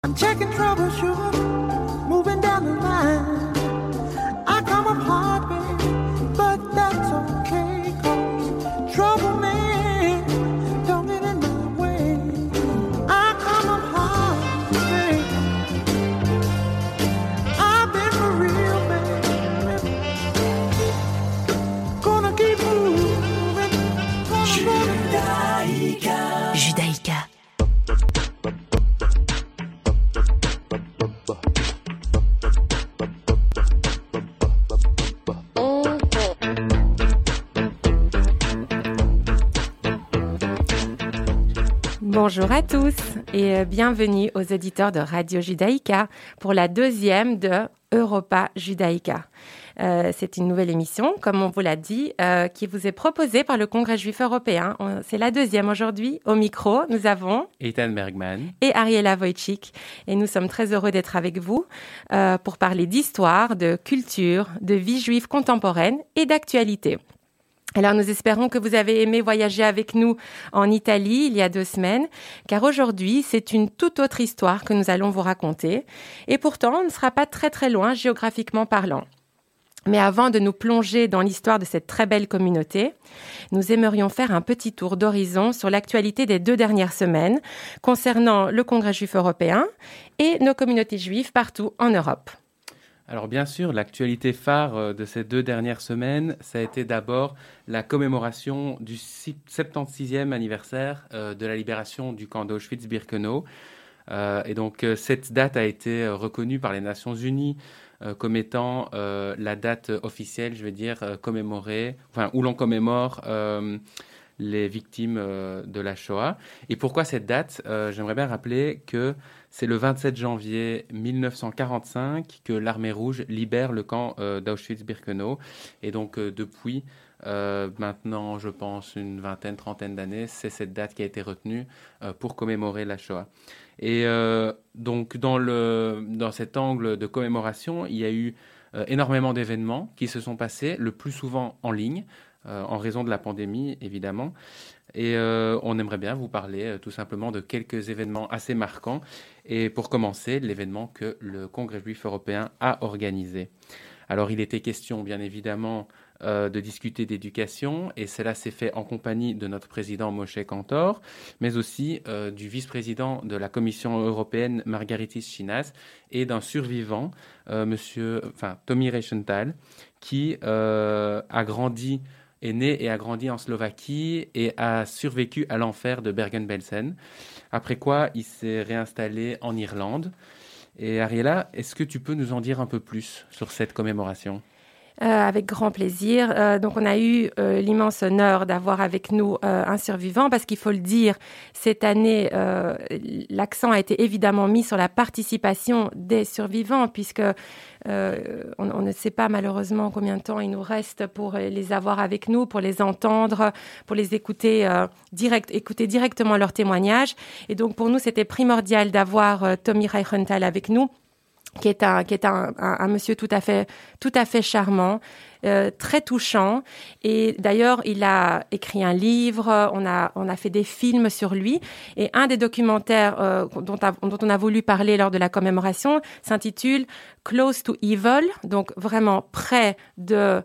I'm checking troubleshoot, moving down the line. I come up hard, baby, but that's okay, 'cause trouble man don't get in my way. I come up hard, baby. I've been for real, baby. Gonna keep moving. Judaïka. Judaïka. Bonjour à tous et bienvenue aux auditeurs de Radio Judaïka pour la deuxième de Europa Judaïka. C'est une nouvelle émission, comme on vous l'a dit, qui vous est proposée par le Congrès juif européen. C'est la deuxième aujourd'hui. Au micro, nous avons Eitan Bergman et Ariela Wojcik. Et nous sommes très heureux d'être avec vous pour parler d'histoire, de culture, de vie juive contemporaine et d'actualité. Alors, nous espérons que vous avez aimé voyager avec nous en Italie il y a 2 semaines, car aujourd'hui, c'est une toute autre histoire que nous allons vous raconter. Et pourtant, on ne sera pas très très loin géographiquement parlant. Mais avant de nous plonger dans l'histoire de cette très belle communauté, nous aimerions faire un petit tour d'horizon sur l'actualité des 2 dernières semaines concernant le Congrès juif européen et nos communautés juives partout en Europe. Alors bien sûr, l'actualité phare de ces 2 dernières semaines, ça a été d'abord la commémoration du 76e anniversaire de la libération du camp d'Auschwitz-Birkenau. Et donc cette date a été reconnue par les Nations Unies comme étant la date officielle, je veux dire, commémorée, enfin où l'on commémore les victimes de la Shoah. Et pourquoi cette date ? J'aimerais bien rappeler que c'est le 27 janvier 1945 que l'Armée rouge libère le camp d'Auschwitz-Birkenau. Et donc depuis maintenant, je pense, une vingtaine, trentaine d'années, c'est cette date qui a été retenue pour commémorer la Shoah. Et donc dans cet angle de commémoration, il y a eu énormément d'événements qui se sont passés, le plus souvent en ligne, en raison de la pandémie, évidemment. Et on aimerait bien vous parler tout simplement de quelques événements assez marquants. Et pour commencer, l'événement que le Congrès juif européen a organisé. Alors, il était question, bien évidemment, de discuter d'éducation, et cela s'est fait en compagnie de notre président Moshe Kantor, mais aussi du vice-président de la Commission européenne Margaritis Schinas, et d'un survivant, Tommy Reichenthal, qui est né et a grandi en Slovaquie et a survécu à l'enfer de Bergen-Belsen, après quoi il s'est réinstallé en Irlande. Et Ariela, est-ce que tu peux nous en dire un peu plus sur cette commémoration ? Avec grand plaisir. Donc, on a eu l'immense honneur d'avoir avec nous un survivant parce qu'il faut le dire, cette année, l'accent a été évidemment mis sur la participation des survivants puisque on ne sait pas malheureusement combien de temps il nous reste pour les avoir avec nous, pour les entendre, pour les écouter, écouter directement leurs témoignages. Et donc, pour nous, c'était primordial d'avoir Tommy Reichenthal avec nous, qui est un monsieur tout à fait charmant, très touchant. Et d'ailleurs, il a écrit un livre, on a fait des films sur lui. Et un des documentaires dont on a voulu parler lors de la commémoration s'intitule Close to Evil, donc vraiment près de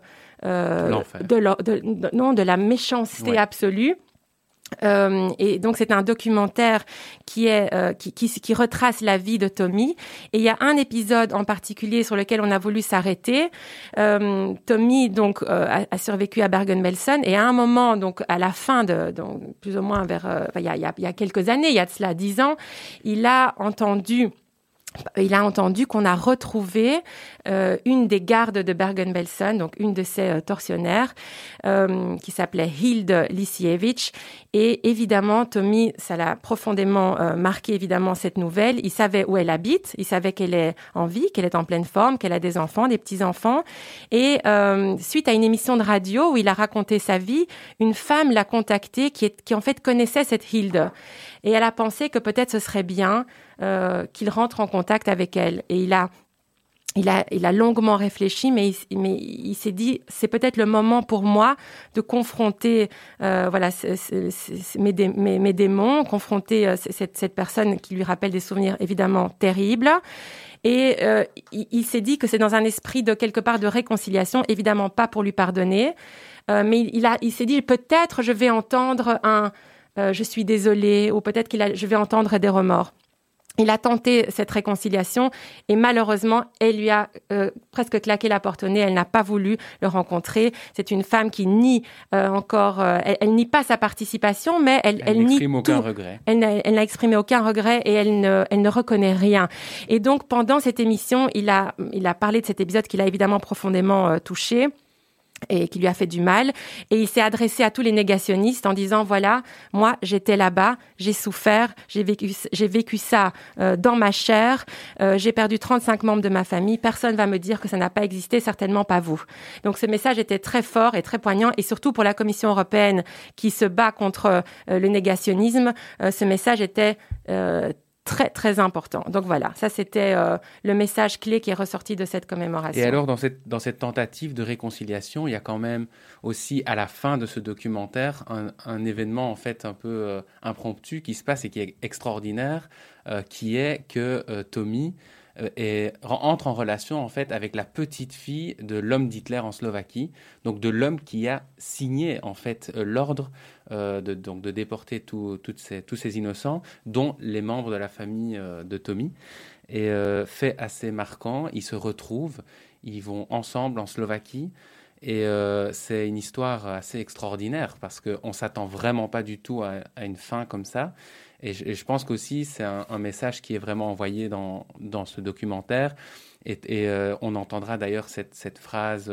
la méchanceté absolue. Et donc c'est un documentaire qui retrace la vie de Tommy, et il y a un épisode en particulier sur lequel on a voulu s'arrêter. Tommy donc a survécu à Bergen-Belsen, et à un moment, donc à la fin donc plus ou moins il y a quelques années, il y a de cela 10 ans, il a entendu qu'on a retrouvé une des gardes de Bergen-Belsen, donc une de ces tortionnaires, qui s'appelait Hilde Lisiewicz. Et évidemment, Tommy, ça l'a profondément marqué, évidemment, cette nouvelle. Il savait où elle habite, il savait qu'elle est en vie, qu'elle est en pleine forme, qu'elle a des enfants, des petits-enfants. Et suite à une émission de radio où il a raconté sa vie, une femme l'a contacté qui en fait connaissait cette Hilde. Et elle a pensé que peut-être ce serait bien qu'il rentre en contact avec elle. Et Il a longuement réfléchi, mais il s'est dit, c'est peut-être le moment pour moi de confronter, mes démons, confronter cette personne qui lui rappelle des souvenirs évidemment terribles. Et il s'est dit que c'est dans un esprit de quelque part de réconciliation, évidemment pas pour lui pardonner, mais il s'est dit peut-être je vais entendre je suis désolée, ou peut-être je vais entendre des remords. Il a tenté cette réconciliation et malheureusement, elle lui a presque claqué la porte au nez. Elle n'a pas voulu le rencontrer. C'est une femme qui nie elle nie pas sa participation, mais elle nie n'exprime aucun regret. Elle n'a exprimé aucun regret et elle ne reconnaît rien. Et donc, pendant cette émission, il a parlé de cet épisode qui l'a évidemment profondément touché et qui lui a fait du mal. Et il s'est adressé à tous les négationnistes en disant, voilà, moi, j'étais là-bas, j'ai souffert, j'ai vécu ça dans ma chair, j'ai perdu 35 membres de ma famille, personne va me dire que ça n'a pas existé, certainement pas vous. Donc ce message était très fort et très poignant, et surtout pour la Commission européenne qui se bat contre le négationnisme, ce message était très, très important. Donc voilà, ça c'était le message clé qui est ressorti de cette commémoration. Et alors, dans cette tentative de réconciliation, il y a quand même aussi, à la fin de ce documentaire, un événement en fait un peu impromptu qui se passe et qui est extraordinaire, qui est que Tommy entre en relation en fait avec la petite fille de l'homme d'Hitler en Slovaquie, donc de l'homme qui a signé en fait l'ordre de déporter tous ces innocents, dont les membres de la famille de Tommy. Et fait assez marquant, ils se retrouvent, ils vont ensemble en Slovaquie. Et c'est une histoire assez extraordinaire parce qu'on ne s'attend vraiment pas du tout à une fin comme ça. Et je pense qu'aussi, c'est un message qui est vraiment envoyé dans ce documentaire. Et on entendra d'ailleurs cette phrase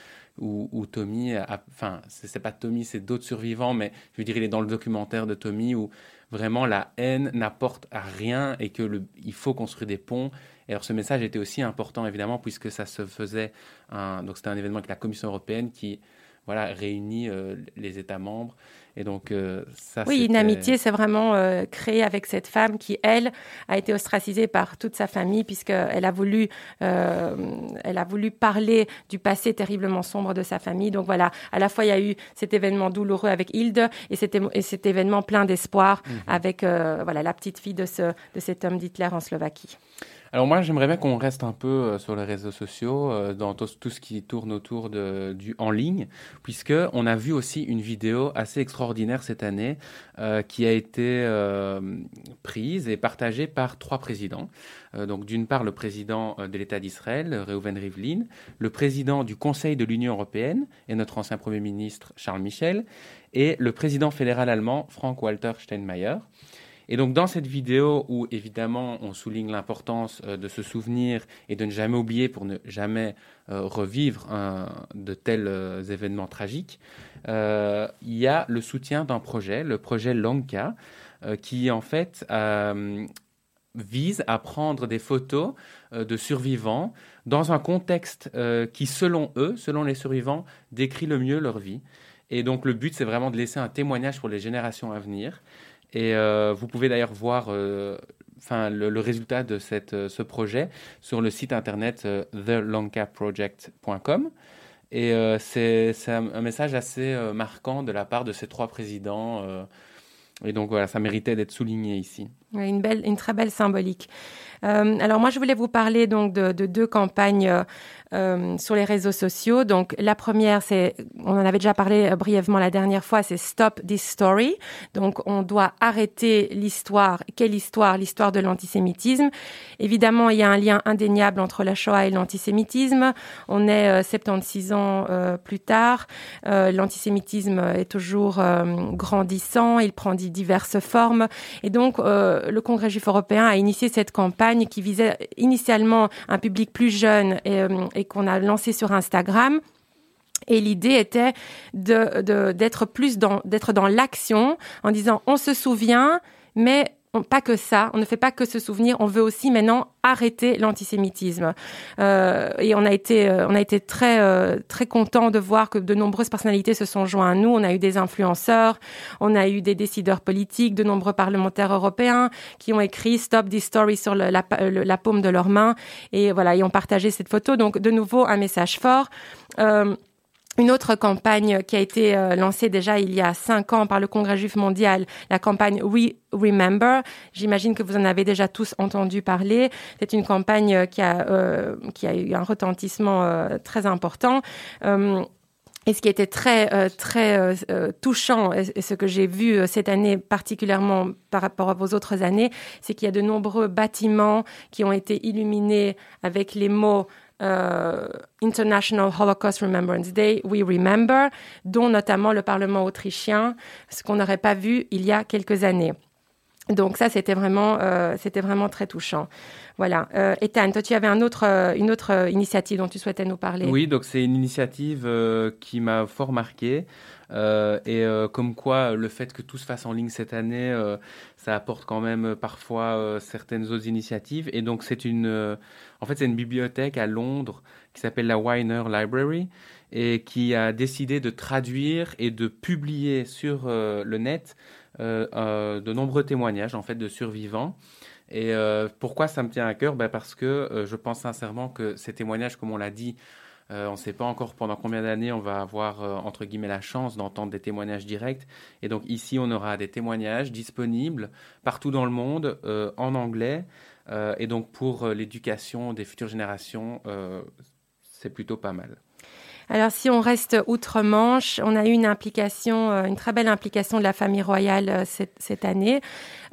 où Tommy, c'est pas Tommy, c'est d'autres survivants, mais je veux dire, il est dans le documentaire de Tommy où vraiment la haine n'apporte à rien et il faut construire des ponts. Et alors ce message était aussi important, évidemment, puisque ça se faisait, donc c'était un événement avec la Commission européenne qui réunit les États membres. Et donc, une amitié s'est vraiment créée avec cette femme qui, elle, a été ostracisée par toute sa famille puisqu'elle a voulu parler du passé terriblement sombre de sa famille. Donc voilà, à la fois, il y a eu cet événement douloureux avec Hilde et cet événement plein d'espoir avec la petite fille de cet homme d'Hitler en Slovaquie. Alors moi, j'aimerais bien qu'on reste un peu sur les réseaux sociaux, dans tout ce qui tourne autour du en ligne, puisque on a vu aussi une vidéo assez extraordinaire cette année qui a été prise et partagée par 3 présidents. Donc d'une part, le président de l'État d'Israël, Reuven Rivlin, le président du Conseil de l'Union européenne et notre ancien Premier ministre Charles Michel, et le président fédéral allemand Frank-Walter Steinmeier. Et donc, dans cette vidéo où, évidemment, on souligne l'importance de se souvenir et de ne jamais oublier pour ne jamais revivre de tels événements tragiques, il y a le soutien d'un projet, le projet Lanka, qui, en fait, vise à prendre des photos de survivants dans un contexte qui, selon eux, selon les survivants, décrit le mieux leur vie. Et donc, le but, c'est vraiment de laisser un témoignage pour les générations à venir. Et vous pouvez d'ailleurs voir le résultat de ce projet sur le site internet thelankaproject.com. Et c'est un message assez marquant de la part de ces 3 présidents. Et donc voilà, ça méritait d'être souligné ici. Une très belle symbolique. Alors moi, je voulais vous parler donc de 2 campagnes sur les réseaux sociaux. Donc la première, on en avait déjà parlé brièvement la dernière fois, c'est Stop This Story. Donc on doit arrêter l'histoire. Quelle histoire? L'histoire de l'antisémitisme. Évidemment, il y a un lien indéniable entre la Shoah et l'antisémitisme. On est 76 ans plus tard. L'antisémitisme est toujours grandissant. Il prend diverses formes. Et donc le Congrès juif européen a initié cette campagne qui visait initialement un public plus jeune et qu'on a lancé sur Instagram. Et l'idée était d'être dans l'action en disant on se souvient, mais pas que ça, on ne fait pas que se souvenir, on veut aussi maintenant arrêter l'antisémitisme. Et on a été très contents de voir que de nombreuses personnalités se sont joints à nous. On a eu des influenceurs, on a eu des décideurs politiques, de nombreux parlementaires européens qui ont écrit Stop this story sur la paume de leurs mains et voilà, ils ont partagé cette photo. Donc de nouveau un message fort. Une autre campagne qui a été lancée déjà il y a 5 ans par le Congrès juif mondial, la campagne We Remember. J'imagine que vous en avez déjà tous entendu parler. C'est une campagne qui a eu un retentissement très important. Et ce qui était très touchant, et ce que j'ai vu cette année particulièrement par rapport aux autres années, c'est qu'il y a de nombreux bâtiments qui ont été illuminés avec les mots International Holocaust Remembrance Day, We Remember, dont notamment le Parlement autrichien, ce qu'on n'aurait pas vu il y a quelques années. Donc ça, c'était vraiment très touchant. Voilà. Ethan, toi, tu avais une autre initiative dont tu souhaitais nous parler. Oui, donc c'est une initiative qui m'a fort marqué. Comme quoi, le fait que tout se fasse en ligne cette année, ça apporte quand même parfois certaines autres initiatives. Et donc, c'est une bibliothèque à Londres qui s'appelle la Weiner Library et qui a décidé de traduire et de publier sur le net de nombreux témoignages en fait de survivants. Et pourquoi ça me tient à cœur? Parce que je pense sincèrement que ces témoignages, comme on l'a dit, on ne sait pas encore pendant combien d'années on va avoir, entre guillemets, la chance d'entendre des témoignages directs. Et donc ici, on aura des témoignages disponibles partout dans le monde, en anglais. Et donc pour l'éducation des futures générations, c'est plutôt pas mal. Alors, si on reste outre-Manche, on a eu une très belle implication de la famille royale cette année.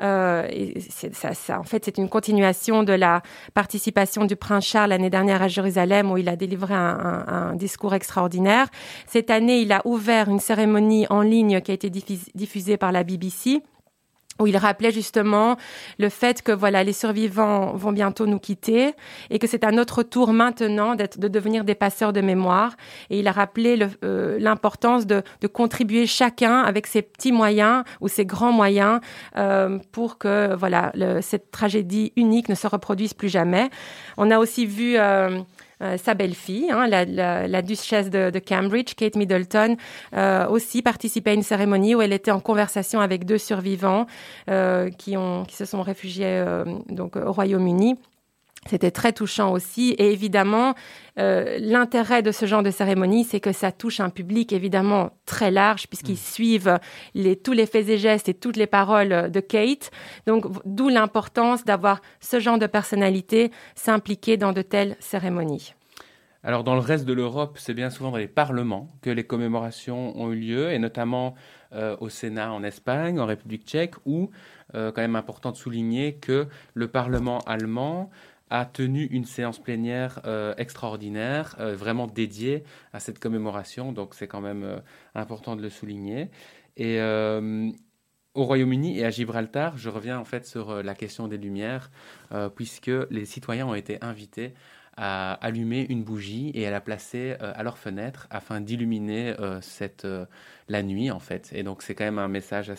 Et en fait, c'est une continuation de la participation du prince Charles l'année dernière à Jérusalem, où il a délivré un discours extraordinaire. Cette année, il a ouvert une cérémonie en ligne qui a été diffusée par la BBC, où il rappelait justement le fait que voilà, les survivants vont bientôt nous quitter et que c'est à notre tour maintenant de devenir des passeurs de mémoire. Et il a rappelé l'importance de contribuer chacun avec ses petits moyens ou ses grands moyens pour que voilà, cette tragédie unique ne se reproduise plus jamais. On a aussi vu sa belle-fille, la duchesse de Cambridge, Kate Middleton, aussi participer à une cérémonie où elle était en conversation avec 2 survivants qui se sont réfugiés donc au Royaume-Uni. C'était très touchant aussi. Et évidemment, l'intérêt de ce genre de cérémonie, c'est que ça touche un public évidemment très large puisqu'ils suivent tous les faits et gestes et toutes les paroles de Kate. Donc, d'où l'importance d'avoir ce genre de personnalité s'impliquer dans de telles cérémonies. Alors, dans le reste de l'Europe, c'est bien souvent dans les parlements que les commémorations ont eu lieu, et notamment au Sénat en Espagne, en République tchèque, où, quand même important de souligner que le Parlement allemand a tenu une séance plénière extraordinaire, vraiment dédiée à cette commémoration. Donc, c'est quand même important de le souligner. Et au Royaume-Uni et à Gibraltar, je reviens en fait sur la question des lumières, puisque les citoyens ont été invités à allumer une bougie et à la placer à leur fenêtre afin d'illuminer la nuit, en fait. Et donc, c'est quand même un message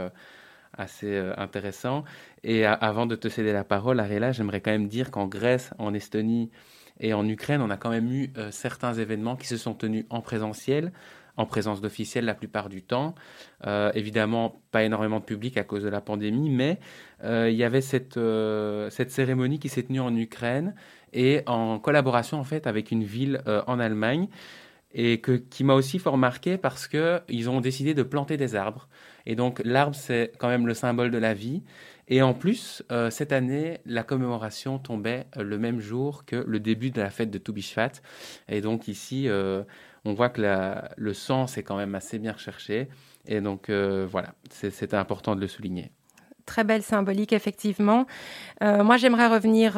assez intéressant. Et avant de te céder la parole, Ariella, j'aimerais quand même dire qu'en Grèce, en Estonie et en Ukraine, on a quand même eu certains événements qui se sont tenus en présentiel, en présence d'officiels la plupart du temps. Évidemment, pas énormément de public à cause de la pandémie, mais il y avait cette cérémonie qui s'est tenue en Ukraine et en collaboration en fait avec une ville en Allemagne, et qui m'a aussi fort marqué parce qu'ils ont décidé de planter des arbres. Et donc l'arbre, c'est quand même le symbole de la vie. Et en plus, cette année, la commémoration tombait le même jour que le début de la fête de Toubishvat. Et donc ici, on voit que le sens est quand même assez bien recherché. Et donc voilà, c'était important de le souligner. Très belle symbolique, effectivement. Moi, j'aimerais revenir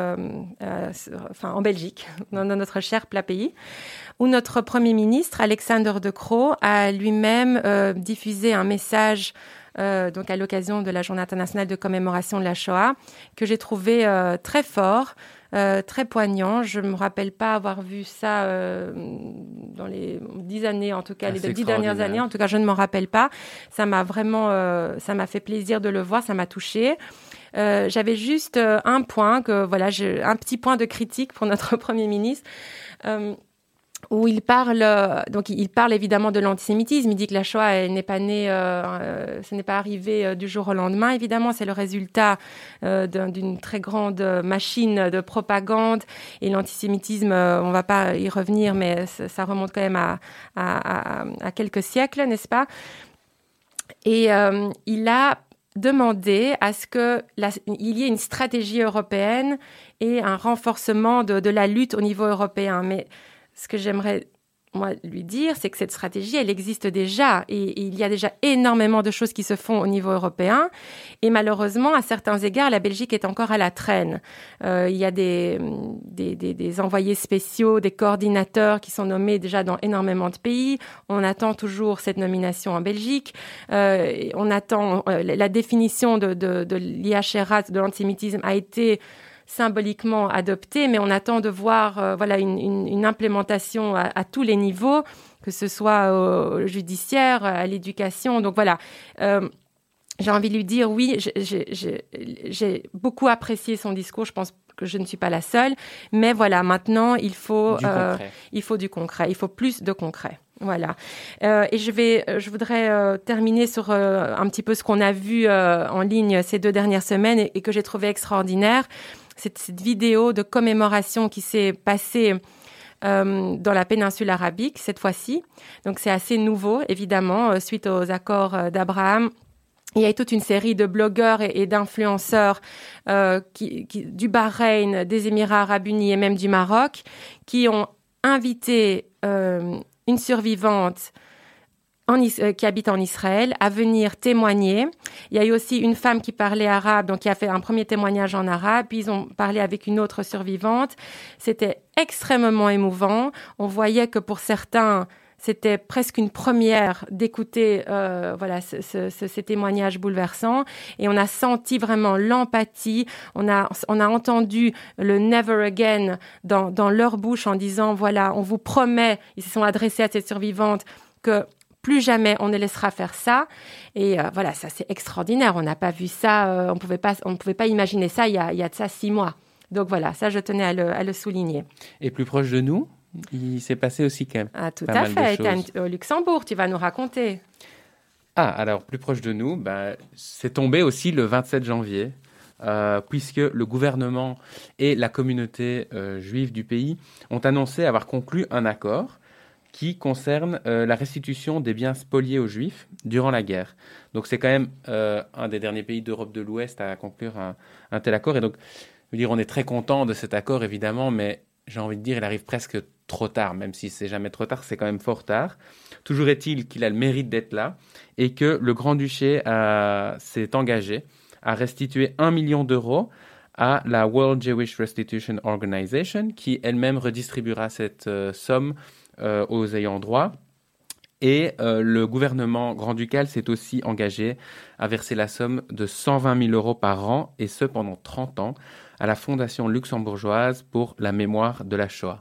en Belgique, dans notre cher plat pays, où notre Premier ministre, Alexander De Croo, a lui-même diffusé un message donc à l'occasion de la Journée internationale de commémoration de la Shoah, que j'ai trouvé très fort, très poignant. Je me rappelle pas avoir vu ça dans les 10 années, en tout cas les 10 dernières années. En tout cas, je ne m'en rappelle pas. Ça m'a vraiment, ça m'a fait plaisir de le voir, ça m'a touchée. J'avais juste un point un petit point de critique pour notre Premier ministre. Où il parle évidemment de l'antisémitisme. Il dit que la Shoah, elle n'est pas née, ce n'est pas arrivé du jour au lendemain. Évidemment, c'est le résultat d'une très grande machine de propagande. Et l'antisémitisme, on va pas y revenir, mais ça remonte quand même à quelques siècles, n'est-ce pas? Et il a demandé à ce qu'il y ait une stratégie européenne et un renforcement de la lutte au niveau européen. Mais ce que j'aimerais, moi, lui dire, c'est que cette stratégie, elle existe déjà. Et il y a déjà énormément de choses qui se font au niveau européen. Et malheureusement, à certains égards, la Belgique est encore à la traîne. Il y a des envoyés spéciaux, des coordinateurs qui sont nommés déjà dans énormément de pays. On attend toujours cette nomination en Belgique. On attend la définition de l'IHRA, de l'antisémitisme, a été symboliquement adopté, mais on attend de voir une implémentation à tous les niveaux, que ce soit au judiciaire, à l'éducation. Donc voilà, j'ai envie de lui dire, oui, j'ai beaucoup apprécié son discours, je pense que je ne suis pas la seule, mais voilà, maintenant, il faut du concret, il faut plus de concret. Voilà. Et je voudrais terminer sur un petit peu ce qu'on a vu en ligne ces 2 dernières semaines et que j'ai trouvé extraordinaire. Cette vidéo de commémoration qui s'est passée dans la péninsule arabique cette fois-ci. Donc c'est assez nouveau, évidemment, suite aux accords d'Abraham. Il y a toute une série de blogueurs et d'influenceurs du Bahreïn, des Émirats arabes unis et même du Maroc qui ont invité une survivante qui habite en Israël, à venir témoigner. Il y a eu aussi une femme qui parlait arabe, donc qui a fait un premier témoignage en arabe, puis ils ont parlé avec une autre survivante. C'était extrêmement émouvant. On voyait que pour certains, c'était presque une première d'écouter ces témoignages bouleversants. Et on a senti vraiment l'empathie. On a entendu le never again dans leur bouche en disant, voilà, on vous promet, ils se sont adressés à cette survivante, que plus jamais on ne laissera faire ça. Et voilà, ça c'est extraordinaire. On n'a pas vu ça, on pouvait pas imaginer ça il y a de ça 6 mois. Donc voilà, ça je tenais à le souligner. Et plus proche de nous, il s'est passé aussi quand même. Ah, tout à fait. Au Luxembourg, tu vas nous raconter. Ah, alors plus proche de nous, c'est tombé aussi le 27 janvier. Puisque le gouvernement et la communauté juive du pays ont annoncé avoir conclu un accord qui concerne la restitution des biens spoliés aux Juifs durant la guerre. Donc c'est quand même un des derniers pays d'Europe de l'Ouest à conclure un tel accord. Et donc, je veux dire, on est très content de cet accord, évidemment, mais j'ai envie de dire, il arrive presque trop tard, même si c'est jamais trop tard, c'est quand même fort tard. Toujours est-il qu'il a le mérite d'être là et que le Grand-Duché s'est engagé à restituer 1 million d'euros à la World Jewish Restitution Organization, qui elle-même redistribuera cette somme aux ayants droit. Et le gouvernement grand-ducal s'est aussi engagé à verser la somme de 120 000 euros par an, et ce pendant 30 ans, à la Fondation luxembourgeoise pour la mémoire de la Shoah.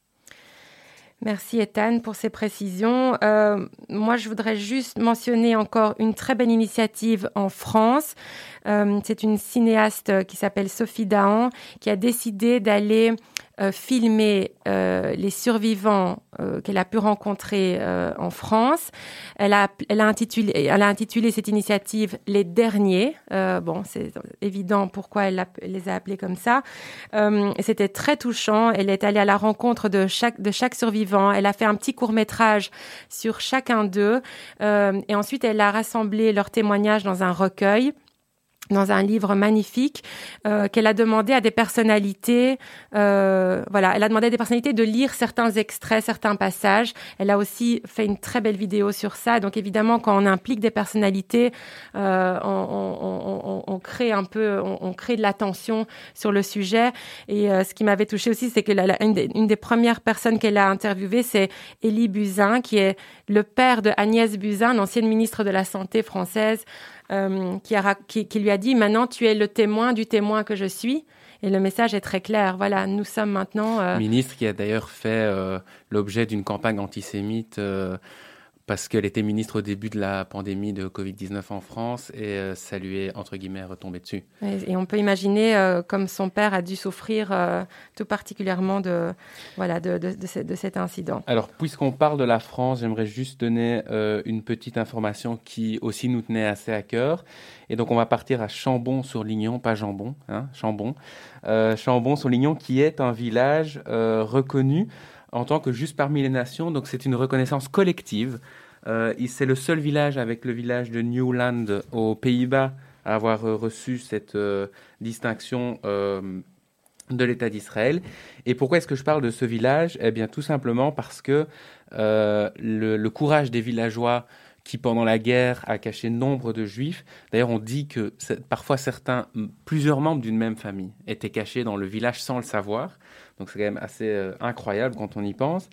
Merci Ethan pour ces précisions. Moi, je voudrais juste mentionner encore une très belle initiative en France. C'est une cinéaste qui s'appelle Sophie Dahan qui a décidé d'aller filmer les survivants qu'elle a pu rencontrer en France. Elle a intitulé cette initiative « Les Derniers ». C'est évident pourquoi elle les a appelés comme ça. C'était très touchant. Elle est allée à la rencontre de chaque survivant. Elle a fait un petit court-métrage sur chacun d'eux. Et ensuite, elle a rassemblé leurs témoignages dans un recueil, dans un livre magnifique qu'elle a demandé à des personnalités. Elle a demandé à des personnalités de lire certains extraits, certains passages. Elle a aussi fait une très belle vidéo sur ça. Donc évidemment, quand on implique des personnalités, on crée un peu, on crée de l'attention sur le sujet. Et ce qui m'avait touchée aussi, c'est que une des premières personnes qu'elle a interviewées, c'est Élie Buzyn, qui est le père de Agnès Buzyn, l'ancienne ministre de la Santé française, qui lui a dit « Maintenant, tu es le témoin du témoin que je suis ». Et le message est très clair. Voilà, nous sommes maintenant... Ministre qui a d'ailleurs fait l'objet d'une campagne antisémite parce qu'elle était ministre au début de la pandémie de Covid-19 en France et ça lui est, entre guillemets, retombé dessus. Et on peut imaginer comme son père a dû souffrir tout particulièrement de cet incident. Alors, puisqu'on parle de la France, j'aimerais juste donner une petite information qui aussi nous tenait assez à cœur. Et donc, on va partir à Chambon-sur-Lignon, pas Jambon, hein, Chambon. Chambon-sur-Lignon, qui est un village reconnu en tant que juste parmi les nations. Donc, c'est une reconnaissance collective. C'est le seul village avec le village de Newland aux Pays-Bas à avoir reçu cette distinction de l'État d'Israël. Et pourquoi est-ce que je parle de ce village ? Eh bien, tout simplement parce que le courage des villageois qui, pendant la guerre, a caché nombre de juifs. D'ailleurs, on dit que parfois plusieurs membres d'une même famille étaient cachés dans le village sans le savoir. Donc, c'est quand même assez incroyable quand on y pense.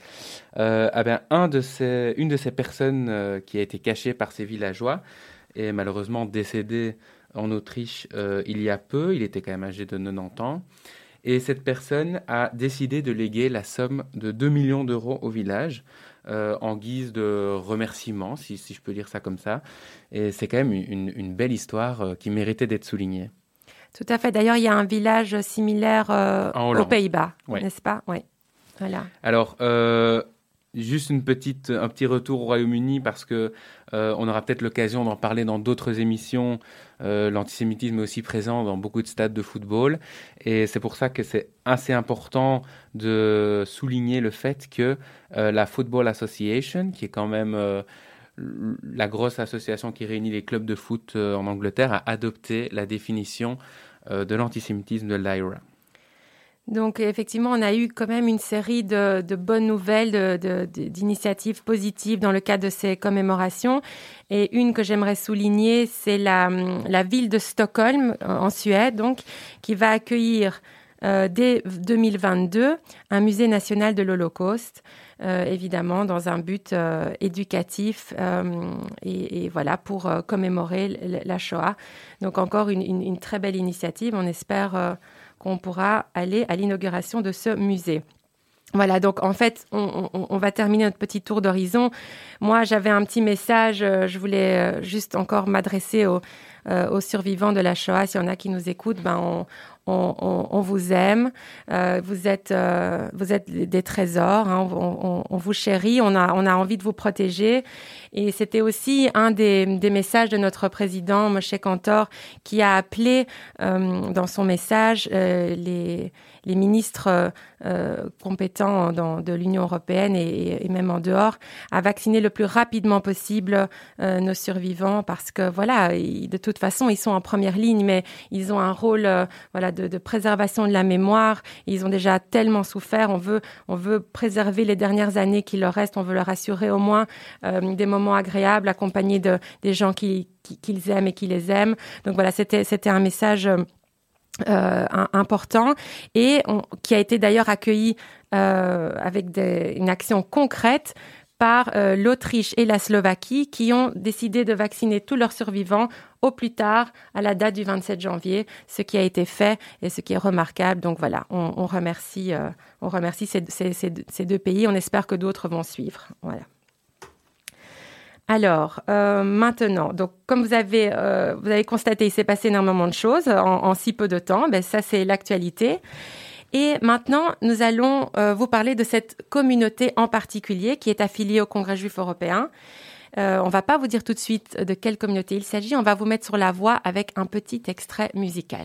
Une de ces personnes qui a été cachée par ces villageois est malheureusement décédé en Autriche il y a peu. Il était quand même âgé de 90 ans. Et cette personne a décidé de léguer la somme de 2 millions d'euros au village en guise de remerciement, si je peux dire ça comme ça. Et c'est quand même une belle histoire qui méritait d'être soulignée. Tout à fait. D'ailleurs, il y a un village similaire aux Pays-Bas, ouais. N'est-ce pas ? Oui. Voilà. Alors, juste un petit retour au Royaume-Uni parce que on aura peut-être l'occasion d'en parler dans d'autres émissions. L'antisémitisme est aussi présent dans beaucoup de stades de football et c'est pour ça que c'est assez important de souligner le fait que la Football Association, qui est quand même la grosse association qui réunit les clubs de foot en Angleterre, a adopté la définition de l'antisémitisme de l'IRA. Donc, effectivement, on a eu quand même une série de bonnes nouvelles, d'initiatives positives dans le cadre de ces commémorations. Et une que j'aimerais souligner, c'est la ville de Stockholm, en Suède, donc, qui va accueillir dès 2022 un musée national de l'Holocauste, évidemment dans un but éducatif et voilà, pour commémorer la Shoah. Donc, encore une très belle initiative. On espère qu'on pourra aller à l'inauguration de ce musée. Voilà, donc en fait, on va terminer notre petit tour d'horizon. Moi, j'avais un petit message, je voulais juste encore m'adresser aux survivants de la Shoah. S'il y en a qui nous écoutent, on vous aime, vous êtes des trésors, hein, on vous chérit, on a envie de vous protéger. Et c'était aussi un des messages de notre président, Moshe Kantor, qui a appelé dans son message les ministres compétents de l'Union européenne et même en dehors à vacciner le plus rapidement possible nos survivants parce que voilà, de toute façon, ils sont en première ligne, mais ils ont un rôle de préservation de la mémoire. Ils ont déjà tellement souffert. On veut préserver les dernières années qui leur restent. On veut leur assurer au moins des moments agréables accompagnés des gens qu'ils aiment et qui les aiment. Donc voilà, c'était un message important et qui a été d'ailleurs accueilli avec une action concrète par l'Autriche et la Slovaquie qui ont décidé de vacciner tous leurs survivants au plus tard à la date du 27 janvier, ce qui a été fait et ce qui est remarquable. Donc voilà, on remercie ces deux pays. On espère que d'autres vont suivre. Voilà. Alors, maintenant, donc comme vous avez constaté, il s'est passé énormément de choses en si peu de temps. Ça, c'est l'actualité. Et maintenant, nous allons vous parler de cette communauté en particulier qui est affiliée au Congrès juif européen. On ne va pas vous dire tout de suite de quelle communauté il s'agit. On va vous mettre sur la voie avec un petit extrait musical.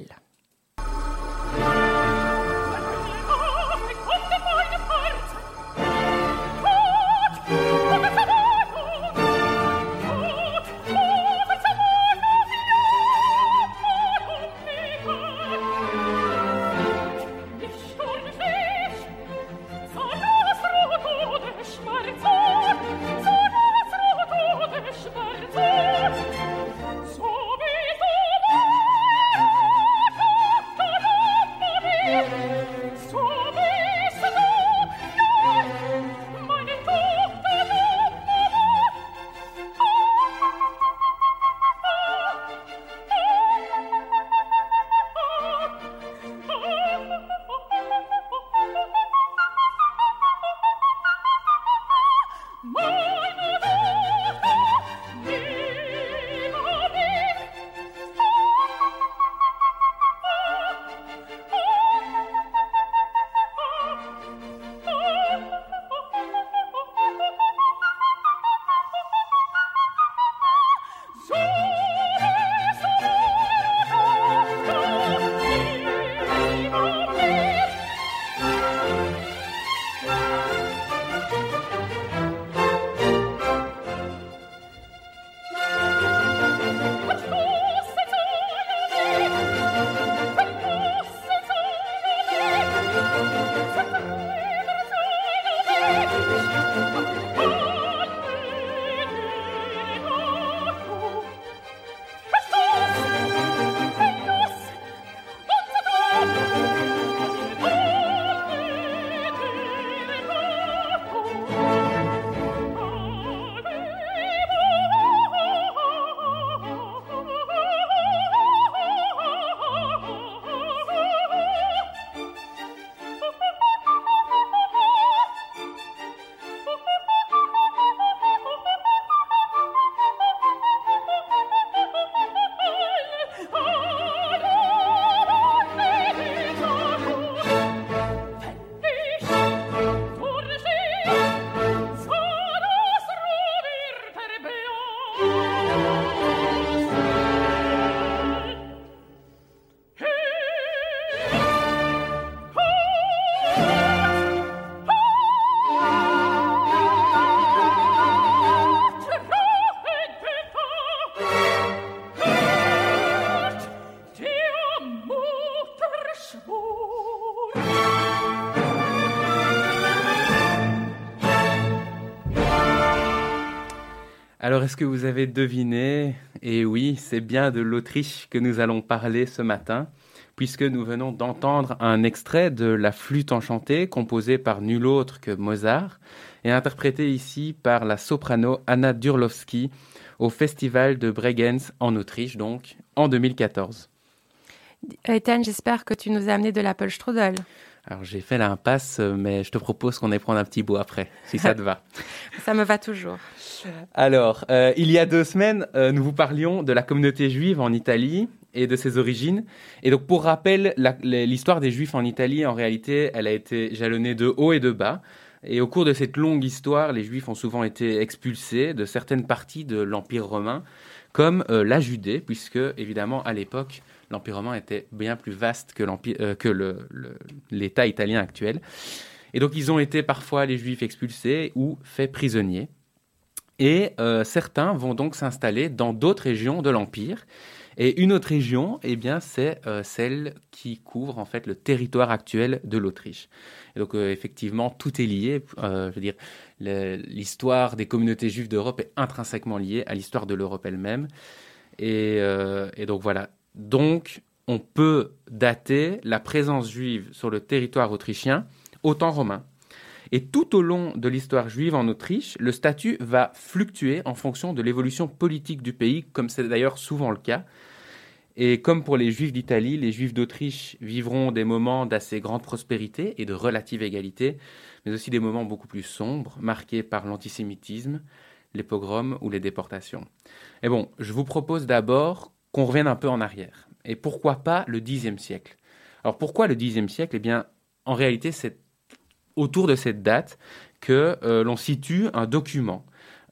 Alors, est-ce que vous avez deviné? Et oui, c'est bien de l'Autriche que nous allons parler ce matin, puisque nous venons d'entendre un extrait de La Flûte enchantée, composée par nul autre que Mozart, et interprété ici par la soprano Anna Durlowski au Festival de Bregenz en Autriche, donc en 2014. Ethan, j'espère que tu nous as amené de l'Apfelstrudel. Alors j'ai fait l'impasse, mais je te propose qu'on aille prendre un petit bout après, si ça te va. Ça me va toujours. Alors, il y a 2 semaines, nous vous parlions de la communauté juive en Italie et de ses origines. Et donc, pour rappel, l'histoire des Juifs en Italie, en réalité, elle a été jalonnée de haut et de bas. Et au cours de cette longue histoire, les Juifs ont souvent été expulsés de certaines parties de l'Empire romain, comme la Judée, puisque, évidemment, à l'époque, l'Empire romain était bien plus vaste que l'État italien actuel. Et donc, ils ont été parfois, les Juifs, expulsés ou faits prisonniers. Et certains vont donc s'installer dans d'autres régions de l'Empire. Et une autre région, eh bien, c'est celle qui couvre en fait le territoire actuel de l'Autriche. Et donc, effectivement, tout est lié. Je veux dire, l'histoire des communautés juives d'Europe est intrinsèquement liée à l'histoire de l'Europe elle-même. Et donc, voilà. Donc, on peut dater la présence juive sur le territoire autrichien au temps romain. Et tout au long de l'histoire juive en Autriche, le statut va fluctuer en fonction de l'évolution politique du pays, comme c'est d'ailleurs souvent le cas. Et comme pour les Juifs d'Italie, les Juifs d'Autriche vivront des moments d'assez grande prospérité et de relative égalité, mais aussi des moments beaucoup plus sombres, marqués par l'antisémitisme, les pogroms ou les déportations. Et bon, je vous propose d'abord qu'on revienne un peu en arrière. Et pourquoi pas le Xe siècle? Alors pourquoi le Xe siècle? Eh bien, en réalité, c'est autour de cette date que l'on situe un document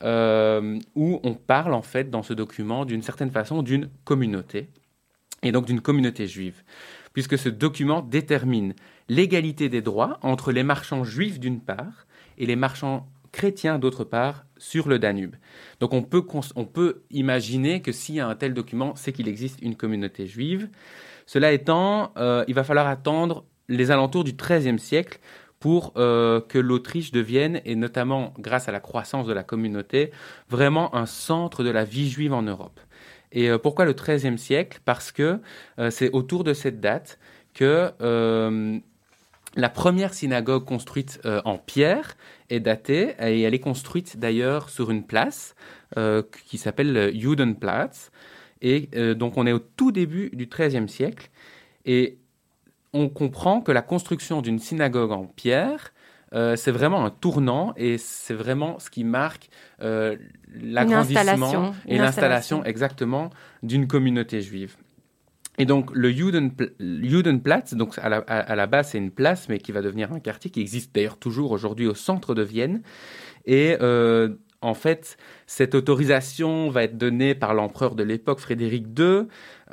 où on parle en fait dans ce document d'une certaine façon d'une communauté, et donc d'une communauté juive, puisque ce document détermine l'égalité des droits entre les marchands juifs d'une part et les marchands chrétiens d'autre part sur le Danube. Donc on peut imaginer que s'il y a un tel document, c'est qu'il existe une communauté juive. Cela étant, il va falloir attendre les alentours du XIIIe siècle pour que l'Autriche devienne, et notamment grâce à la croissance de la communauté, vraiment un centre de la vie juive en Europe. Et pourquoi le XIIIe siècle? Parce que c'est autour de cette date que la première synagogue construite en pierre est datée, et elle est construite d'ailleurs sur une place qui s'appelle Judenplatz. Et donc on est au tout début du XIIIe siècle, et on comprend que la construction d'une synagogue en pierre, c'est vraiment un tournant, et c'est vraiment ce qui marque l'agrandissement et l'installation exactement d'une communauté juive. Et donc le Judenplatz, donc à la base c'est une place, mais qui va devenir un quartier qui existe d'ailleurs toujours aujourd'hui au centre de Vienne. Et en fait, cette autorisation va être donnée par l'empereur de l'époque, Frédéric II,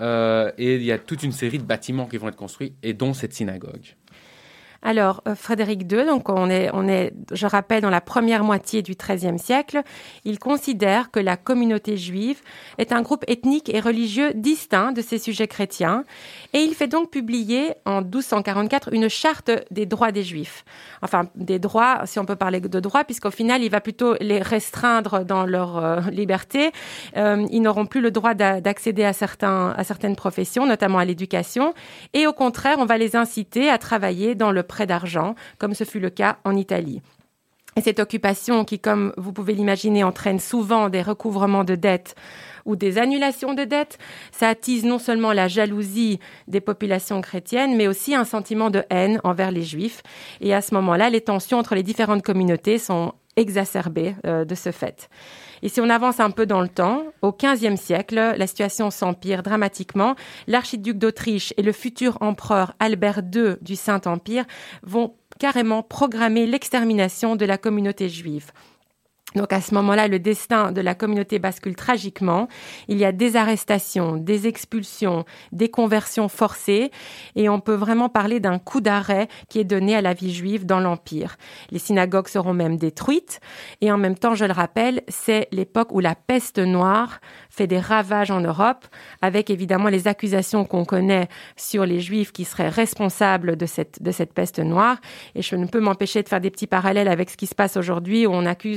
et il y a toute une série de bâtiments qui vont être construits, et dont cette synagogue. Alors, Frédéric II, donc on est, je rappelle, dans la première moitié du XIIIe siècle, il considère que la communauté juive est un groupe ethnique et religieux distinct de ses sujets chrétiens, et il fait donc publier en 1244 une charte des droits des Juifs. Enfin, des droits, si on peut parler de droits, puisqu'au final, il va plutôt les restreindre dans leur liberté. Ils n'auront plus le droit d'accéder à certaines professions, notamment à l'éducation, et au contraire, on va les inciter à travailler dans le prêt d'argent, comme ce fut le cas en Italie. Et cette occupation qui, comme vous pouvez l'imaginer, entraîne souvent des recouvrements de dettes ou des annulations de dettes, ça attise non seulement la jalousie des populations chrétiennes, mais aussi un sentiment de haine envers les Juifs. Et à ce moment-là, les tensions entre les différentes communautés sont exacerbées de ce fait. Et si on avance un peu dans le temps, au XVe siècle, la situation s'empire dramatiquement. L'archiduc d'Autriche et le futur empereur Albert II du Saint-Empire vont carrément programmer l'extermination de la communauté juive. Donc à ce moment-là, le destin de la communauté bascule tragiquement. Il y a des arrestations, des expulsions, des conversions forcées, et on peut vraiment parler d'un coup d'arrêt qui est donné à la vie juive dans l'Empire. Les synagogues seront même détruites, et en même temps, je le rappelle, c'est l'époque où la peste noire fait des ravages en Europe, avec évidemment les accusations qu'on connaît sur les Juifs qui seraient responsables de cette peste noire. Et je ne peux m'empêcher de faire des petits parallèles avec ce qui se passe aujourd'hui, où on accuse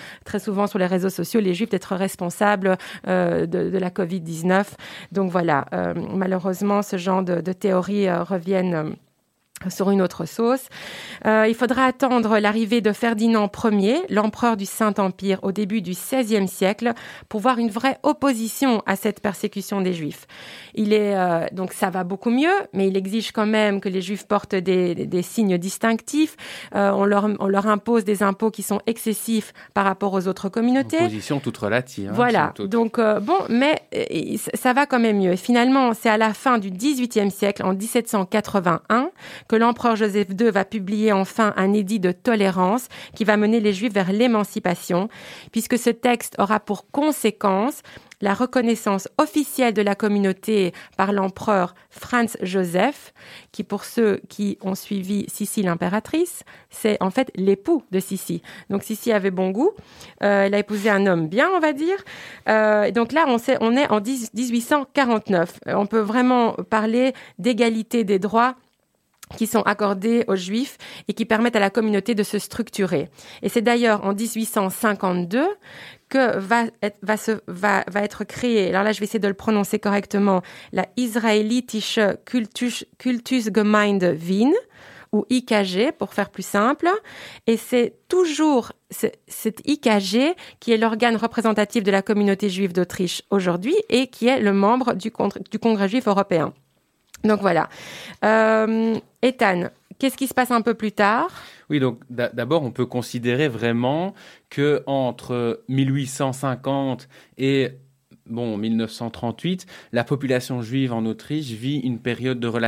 très souvent sur les réseaux sociaux les Juifs d'être responsables de la Covid-19. Donc voilà, malheureusement, ce genre de théories reviennent sur une autre sauce. Il faudra attendre l'arrivée de Ferdinand Ier, l'empereur du Saint-Empire, au début du XVIe siècle, pour voir une vraie opposition à cette persécution des Juifs. Donc ça va beaucoup mieux, mais il exige quand même que les Juifs portent des signes distinctifs. On leur impose des impôts qui sont excessifs par rapport aux autres communautés. Opposition toute relative. Voilà. Donc mais ça va quand même mieux. Et finalement, c'est à la fin du XVIIIe siècle, en 1781, que l'empereur Joseph II va publier enfin un édit de tolérance qui va mener les Juifs vers l'émancipation, puisque ce texte aura pour conséquence la reconnaissance officielle de la communauté par l'empereur Franz Joseph, qui, pour ceux qui ont suivi Sissi l'impératrice, c'est en fait l'époux de Sissi. Donc Sissi avait bon goût, elle a épousé un homme bien, on va dire. Donc là, on est en 1849. On peut vraiment parler d'égalité des droits qui sont accordés aux Juifs et qui permettent à la communauté de se structurer. Et c'est d'ailleurs en 1852 que va être créée, alors là je vais essayer de le prononcer correctement, la Israelitische Kultusgemeinde Wien, ou IKG pour faire plus simple. Et c'est toujours cette IKG qui est l'organe représentatif de la communauté juive d'Autriche aujourd'hui et qui est le membre du Congrès juif européen. Donc voilà. Ethan, qu'est-ce qui se passe un peu plus tard ? Oui, donc d'abord, on peut considérer vraiment que entre 1850 et 1938, la population juive en Autriche vit une période de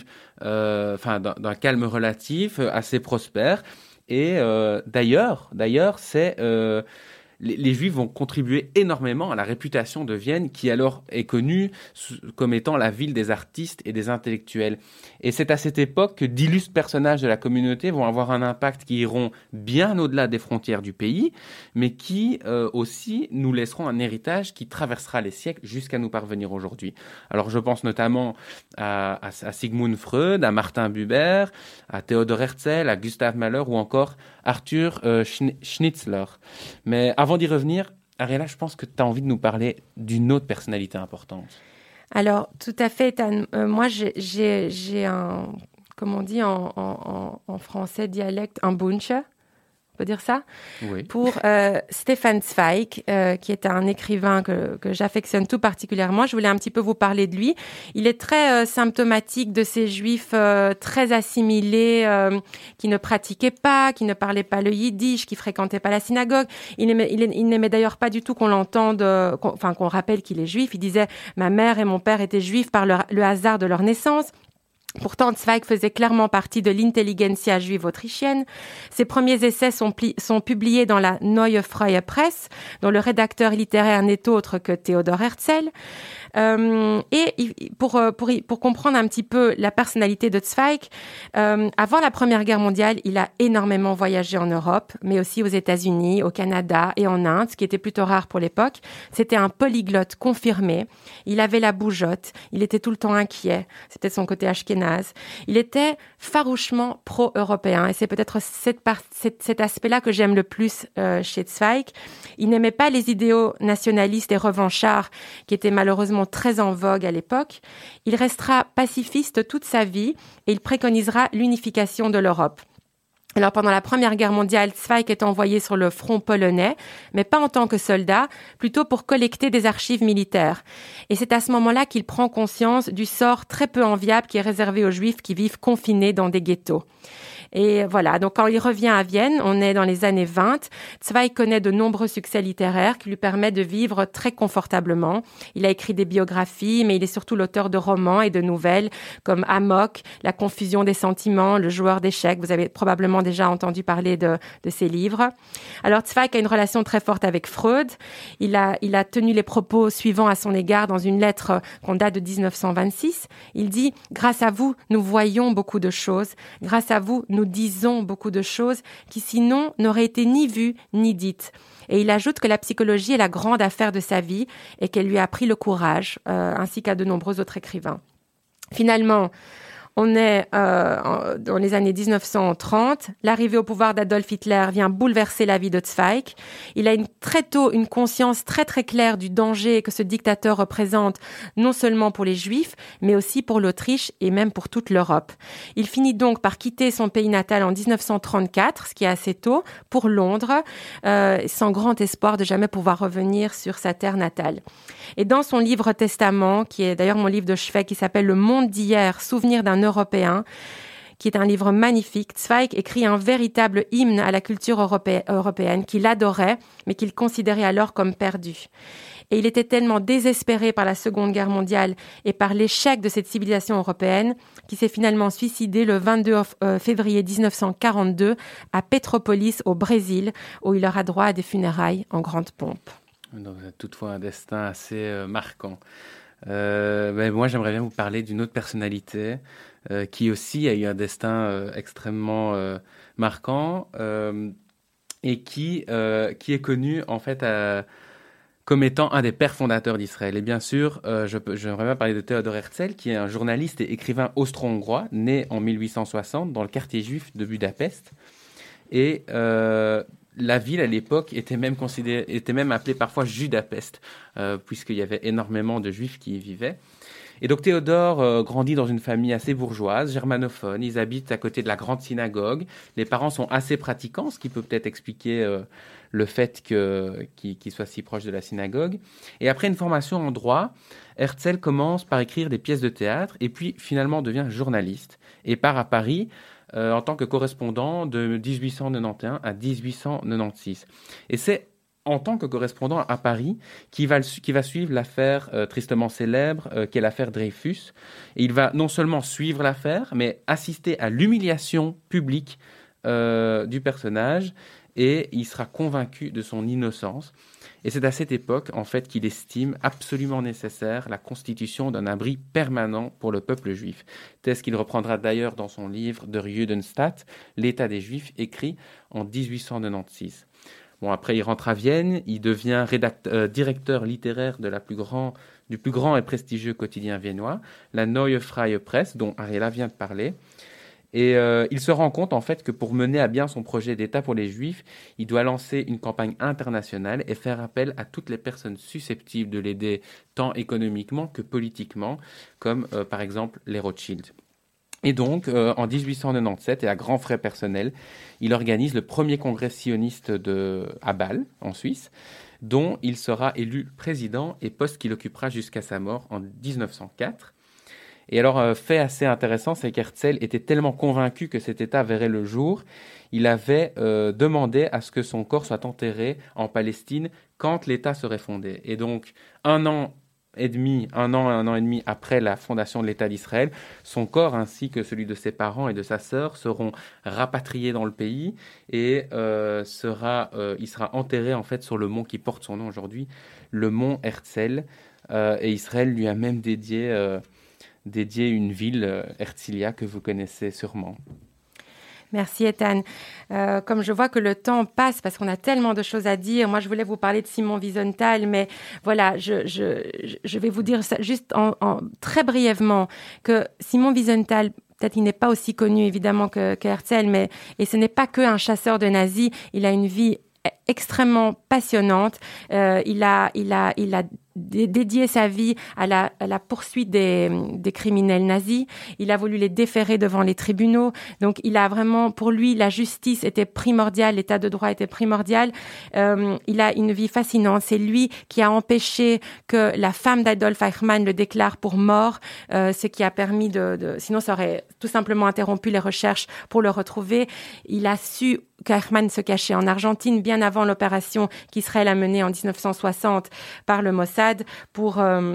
d'un calme relatif, assez prospère. Et d'ailleurs, c'est les Juifs vont contribuer énormément à la réputation de Vienne, qui alors est connue comme étant la ville des artistes et des intellectuels. Et c'est à cette époque que d'illustres personnages de la communauté vont avoir un impact qui iront bien au-delà des frontières du pays, mais qui aussi nous laisseront un héritage qui traversera les siècles jusqu'à nous parvenir aujourd'hui. Alors je pense notamment à Sigmund Freud, à Martin Buber, à Theodor Herzl, à Gustav Mahler ou encore Arthur Schnitzler. Mais avant d'y revenir, Ariella, je pense que tu as envie de nous parler d'une autre personnalité importante. Alors, tout à fait, moi, j'ai un, comme on dit en français dialecte, un Bunch, on peut dire ça, oui. Pour Stefan Zweig, qui est un écrivain que j'affectionne tout particulièrement. Je voulais un petit peu vous parler de lui. Il est très symptomatique de ces Juifs très assimilés, qui ne pratiquaient pas, qui ne parlaient pas le yiddish, qui fréquentaient pas la synagogue. Il n'aimait d'ailleurs pas du tout qu'on l'entende, qu'on rappelle qu'il est juif. Il disait « Ma mère et mon père étaient juifs par le hasard de leur naissance ». Pourtant, Zweig faisait clairement partie de l'intelligentsia juive autrichienne. Ses premiers essais sont publiés dans la Neue Freie Presse, dont le rédacteur littéraire n'est autre que Theodor Herzl. Et pour comprendre un petit peu la personnalité de Zweig, avant la Première Guerre mondiale, il a énormément voyagé en Europe, mais aussi aux États-Unis, au Canada et en Inde, ce qui était plutôt rare pour l'époque. C'était un polyglotte confirmé. Il avait la bougeotte. Il était tout le temps inquiet. C'était son côté ashkénaze. Il était farouchement pro-européen. Et c'est peut-être cet aspect-là que j'aime le plus chez Zweig. Il n'aimait pas les idéaux nationalistes et revanchards qui étaient malheureusement très en vogue à l'époque. Il restera pacifiste toute sa vie et il préconisera l'unification de l'Europe. Alors, pendant la Première Guerre mondiale, Zweig est envoyé sur le front polonais, mais pas en tant que soldat, plutôt pour collecter des archives militaires. Et c'est à ce moment-là qu'il prend conscience du sort très peu enviable qui est réservé aux Juifs qui vivent confinés dans des ghettos. Et voilà, donc quand il revient à Vienne, on est dans les années 20, Zweig connaît de nombreux succès littéraires qui lui permettent de vivre très confortablement. Il a écrit des biographies, mais il est surtout l'auteur de romans et de nouvelles comme Amok, La confusion des sentiments, Le joueur d'échecs. Vous avez probablement déjà entendu parler de ces livres. Alors Zweig a une relation très forte avec Freud. Il a tenu les propos suivants à son égard dans une lettre qu'on date de 1926. Il dit « Grâce à vous, nous voyons beaucoup de choses. Grâce à vous, nous disons beaucoup de choses qui sinon n'auraient été ni vues ni dites. » Et il ajoute que la psychologie est la grande affaire de sa vie et qu'elle lui a appris le courage, ainsi qu'à de nombreux autres écrivains. Finalement, On est dans les années 1930. L'arrivée au pouvoir d'Adolf Hitler vient bouleverser la vie de Zweig. Il a très tôt une conscience très très claire du danger que ce dictateur représente, non seulement pour les Juifs, mais aussi pour l'Autriche et même pour toute l'Europe. Il finit donc par quitter son pays natal en 1934, ce qui est assez tôt, pour Londres, sans grand espoir de jamais pouvoir revenir sur sa terre natale. Et dans son livre testament, qui est d'ailleurs mon livre de chevet, qui s'appelle Le monde d'hier, souvenir d'un Européen, qui est un livre magnifique, Zweig écrit un véritable hymne à la culture européenne qu'il adorait, mais qu'il considérait alors comme perdue. Et il était tellement désespéré par la Seconde Guerre mondiale et par l'échec de cette civilisation européenne qu'il s'est finalement suicidé le 22 février 1942 à Petropolis, au Brésil, où il aura droit à des funérailles en grande pompe. Donc, vous avez toutefois un destin assez marquant. Moi, j'aimerais bien vous parler d'une autre personnalité qui aussi a eu un destin extrêmement marquant et qui est connu en fait comme étant un des pères fondateurs d'Israël. Et bien sûr, j'aimerais bien parler de Théodore Herzl, qui est un journaliste et écrivain austro-hongrois, né en 1860 dans le quartier juif de Budapest. Et la ville, à l'époque, était même appelée parfois Judapest, puisqu'il y avait énormément de Juifs qui y vivaient. Et donc Théodore grandit dans une famille assez bourgeoise, germanophone. Ils habitent à côté de la grande synagogue. Les parents sont assez pratiquants, ce qui peut peut-être expliquer le fait qu'ils soient si proches de la synagogue. Et après une formation en droit, Herzl commence par écrire des pièces de théâtre et puis finalement devient journaliste et part à Paris en tant que correspondant de 1891 à 1896. Et c'est en tant que correspondant à Paris qui va suivre l'affaire tristement célèbre, qui est l'affaire Dreyfus. Et il va non seulement suivre l'affaire, mais assister à l'humiliation publique du personnage, et il sera convaincu de son innocence. Et c'est à cette époque, en fait, qu'il estime absolument nécessaire la constitution d'un abri permanent pour le peuple juif. C'est ce qu'il reprendra d'ailleurs dans son livre De Judenstaat, L'État des Juifs, écrit en 1896. Bon, après, il rentre à Vienne, il devient directeur littéraire du plus grand et prestigieux quotidien viennois, la Neue Freie Presse, dont Ariela vient de parler. Et il se rend compte en fait que pour mener à bien son projet d'État pour les Juifs, il doit lancer une campagne internationale et faire appel à toutes les personnes susceptibles de l'aider, tant économiquement que politiquement, comme par exemple les Rothschild. Et donc, en 1897, et à grands frais personnels, il organise le premier congrès sioniste à Bâle, en Suisse, dont il sera élu président et poste qu'il occupera jusqu'à sa mort en 1904. Et alors, fait assez intéressant, c'est qu'Herzl était tellement convaincu que cet État verrait le jour, il avait demandé à ce que son corps soit enterré en Palestine quand l'État serait fondé. Et donc, un an et demi après la fondation de l'État d'Israël, son corps ainsi que celui de ses parents et de sa sœur seront rapatriés dans le pays et il sera enterré en fait sur le mont qui porte son nom aujourd'hui, le mont Herzl. Et Israël lui a même dédié une ville, Herzliya, que vous connaissez sûrement. Merci Ethan. Comme je vois que le temps passe parce qu'on a tellement de choses à dire, moi je voulais vous parler de Simon Wiesenthal, mais voilà, je vais vous dire ça juste très brièvement que Simon Wiesenthal, peut-être il n'est pas aussi connu évidemment que Herzl, et ce n'est pas qu'un chasseur de nazis, il a une vie extrêmement passionnante. Il a dédié sa vie à la poursuite des criminels nazis. Il a voulu les déférer devant les tribunaux. Donc, il a vraiment, pour lui, la justice était primordiale, l'état de droit était primordial. Il a une vie fascinante. C'est lui qui a empêché que la femme d'Adolf Eichmann le déclare pour mort, ce qui a permis sinon ça aurait tout simplement interrompu les recherches pour le retrouver. Il a su qu'Eichmann se cachait en Argentine bien avant l'opération qu'Israël a menée en 1960 par le Mossad pour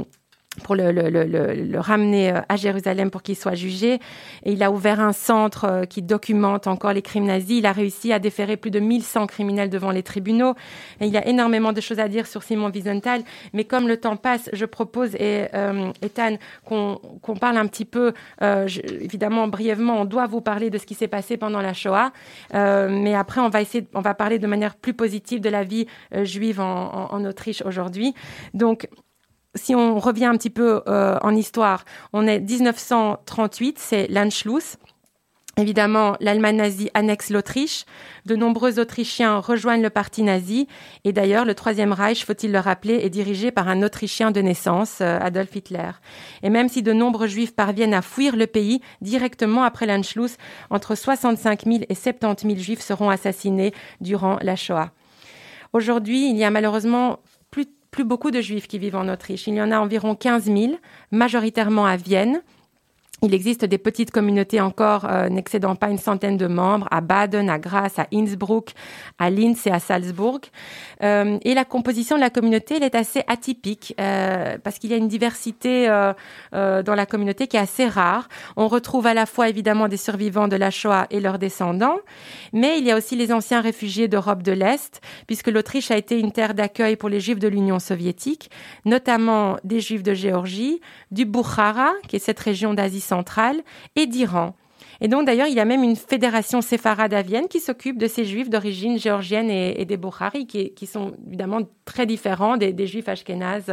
le ramener à Jérusalem pour qu'il soit jugé. Et il a ouvert un centre qui documente encore les crimes nazis. Il a réussi à déférer plus de 1100 criminels devant les tribunaux. Et il y a énormément de choses à dire sur Simon Wiesenthal. Mais comme le temps passe, je propose, Ethan, qu'on parle un petit peu, évidemment, brièvement, on doit vous parler de ce qui s'est passé pendant la Shoah. Mais après, on va parler de manière plus positive de la vie juive en Autriche aujourd'hui. Donc, si on revient un petit peu en histoire, on est 1938, c'est l'Anschluss. Évidemment, l'Allemagne nazie annexe l'Autriche. De nombreux Autrichiens rejoignent le parti nazi. Et d'ailleurs, le Troisième Reich, faut-il le rappeler, est dirigé par un Autrichien de naissance, Adolf Hitler. Et même si de nombreux Juifs parviennent à fuir le pays, directement après l'Anschluss, entre 65 000 et 70 000 Juifs seront assassinés durant la Shoah. Aujourd'hui, il y a malheureusement plus beaucoup de Juifs qui vivent en Autriche. Il y en a environ 15 000, majoritairement à Vienne. Il existe des petites communautés encore n'excédant pas une centaine de membres à Baden, à Graz, à Innsbruck, à Linz et à Salzbourg. Et la composition de la communauté, elle est assez atypique parce qu'il y a une diversité dans la communauté qui est assez rare. On retrouve à la fois évidemment des survivants de la Shoah et leurs descendants, mais il y a aussi les anciens réfugiés d'Europe de l'Est, puisque l'Autriche a été une terre d'accueil pour les Juifs de l'Union soviétique, notamment des Juifs de Géorgie, du Boukhara, qui est cette région d'Asie centrale, et d'Iran. Et donc, d'ailleurs, il y a même une fédération séfarade à Vienne qui s'occupe de ces juifs d'origine géorgienne et des Boukhari, qui sont évidemment très différents des juifs ashkénazes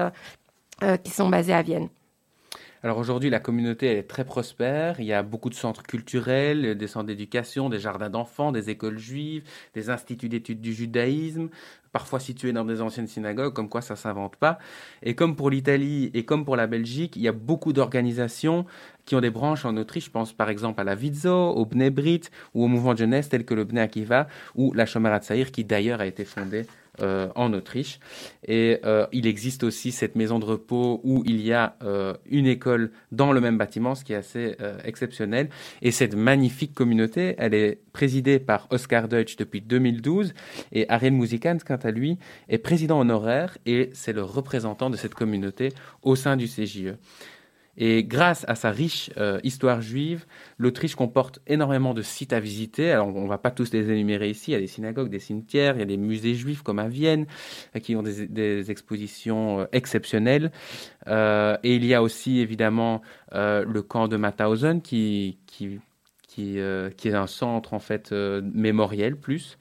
qui sont basés à Vienne. Alors aujourd'hui, la communauté elle est très prospère. Il y a beaucoup de centres culturels, des centres d'éducation, des jardins d'enfants, des écoles juives, des instituts d'études du judaïsme, parfois situés dans des anciennes synagogues, comme quoi ça ne s'invente pas. Et comme pour l'Italie et comme pour la Belgique, il y a beaucoup d'organisations qui ont des branches en Autriche. Je pense par exemple à la Vidzo, au Bnei Brit ou au mouvement de jeunesse tel que le Bnei Akiva ou la Shomer HaTzaïr qui d'ailleurs a été fondée en Autriche. Et il existe aussi cette maison de repos où il y a une école dans le même bâtiment, ce qui est assez exceptionnel. Et cette magnifique communauté, elle est présidée par Oscar Deutsch depuis 2012 et Ariel Musikant, quant à lui, est président honoraire et c'est le représentant de cette communauté au sein du CJE. Et grâce à sa riche histoire juive, l'Autriche comporte énormément de sites à visiter. Alors, on ne va pas tous les énumérer ici. Il y a des synagogues, des cimetières, il y a des musées juifs comme à Vienne, qui ont des expositions exceptionnelles. Et il y a aussi, évidemment, le camp de Mauthausen, qui est un centre, en fait, mémoriel, plus.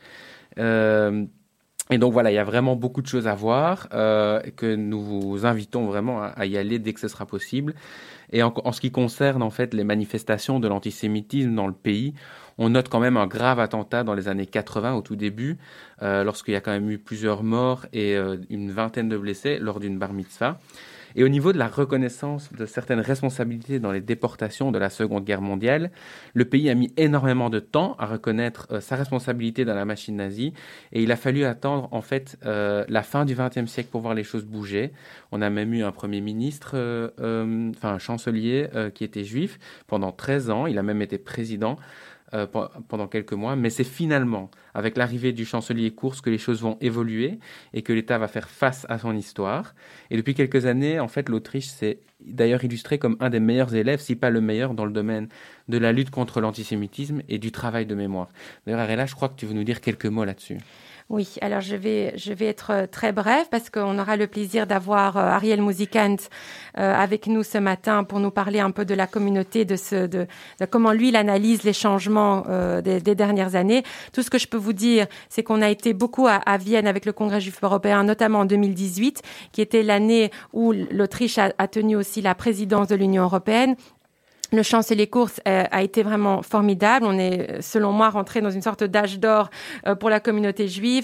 Et donc voilà, il y a vraiment beaucoup de choses à voir que nous vous invitons vraiment à y aller dès que ce sera possible. Et en ce qui concerne en fait les manifestations de l'antisémitisme dans le pays, on note quand même un grave attentat dans les années 80 au tout début, lorsqu'il y a quand même eu plusieurs morts et une vingtaine de blessés lors d'une bar mitzvah. Et au niveau de la reconnaissance de certaines responsabilités dans les déportations de la Seconde Guerre mondiale, le pays a mis énormément de temps à reconnaître sa responsabilité dans la machine nazie. Et il a fallu attendre en fait la fin du XXe siècle pour voir les choses bouger. On a même eu un premier ministre, un chancelier qui était juif pendant 13 ans. Il a même été président pendant quelques mois, mais c'est finalement avec l'arrivée du chancelier Kurz que les choses vont évoluer et que l'État va faire face à son histoire. Et depuis quelques années, en fait, l'Autriche s'est d'ailleurs illustrée comme un des meilleurs élèves, si pas le meilleur, dans le domaine de la lutte contre l'antisémitisme et du travail de mémoire. D'ailleurs, Arella, je crois que tu veux nous dire quelques mots là-dessus. Oui, alors je vais être très brève parce qu'on aura le plaisir d'avoir Ariel Musikant avec nous ce matin pour nous parler un peu de la communauté, de comment lui il analyse les changements des dernières années. Tout ce que je peux vous dire, c'est qu'on a été beaucoup à Vienne avec le Congrès juif européen, notamment en 2018, qui était l'année où l'Autriche a tenu aussi la présidence de l'Union européenne. Le chancelier Kurz a été vraiment formidable. On est, selon moi, rentré dans une sorte d'âge d'or pour la communauté juive.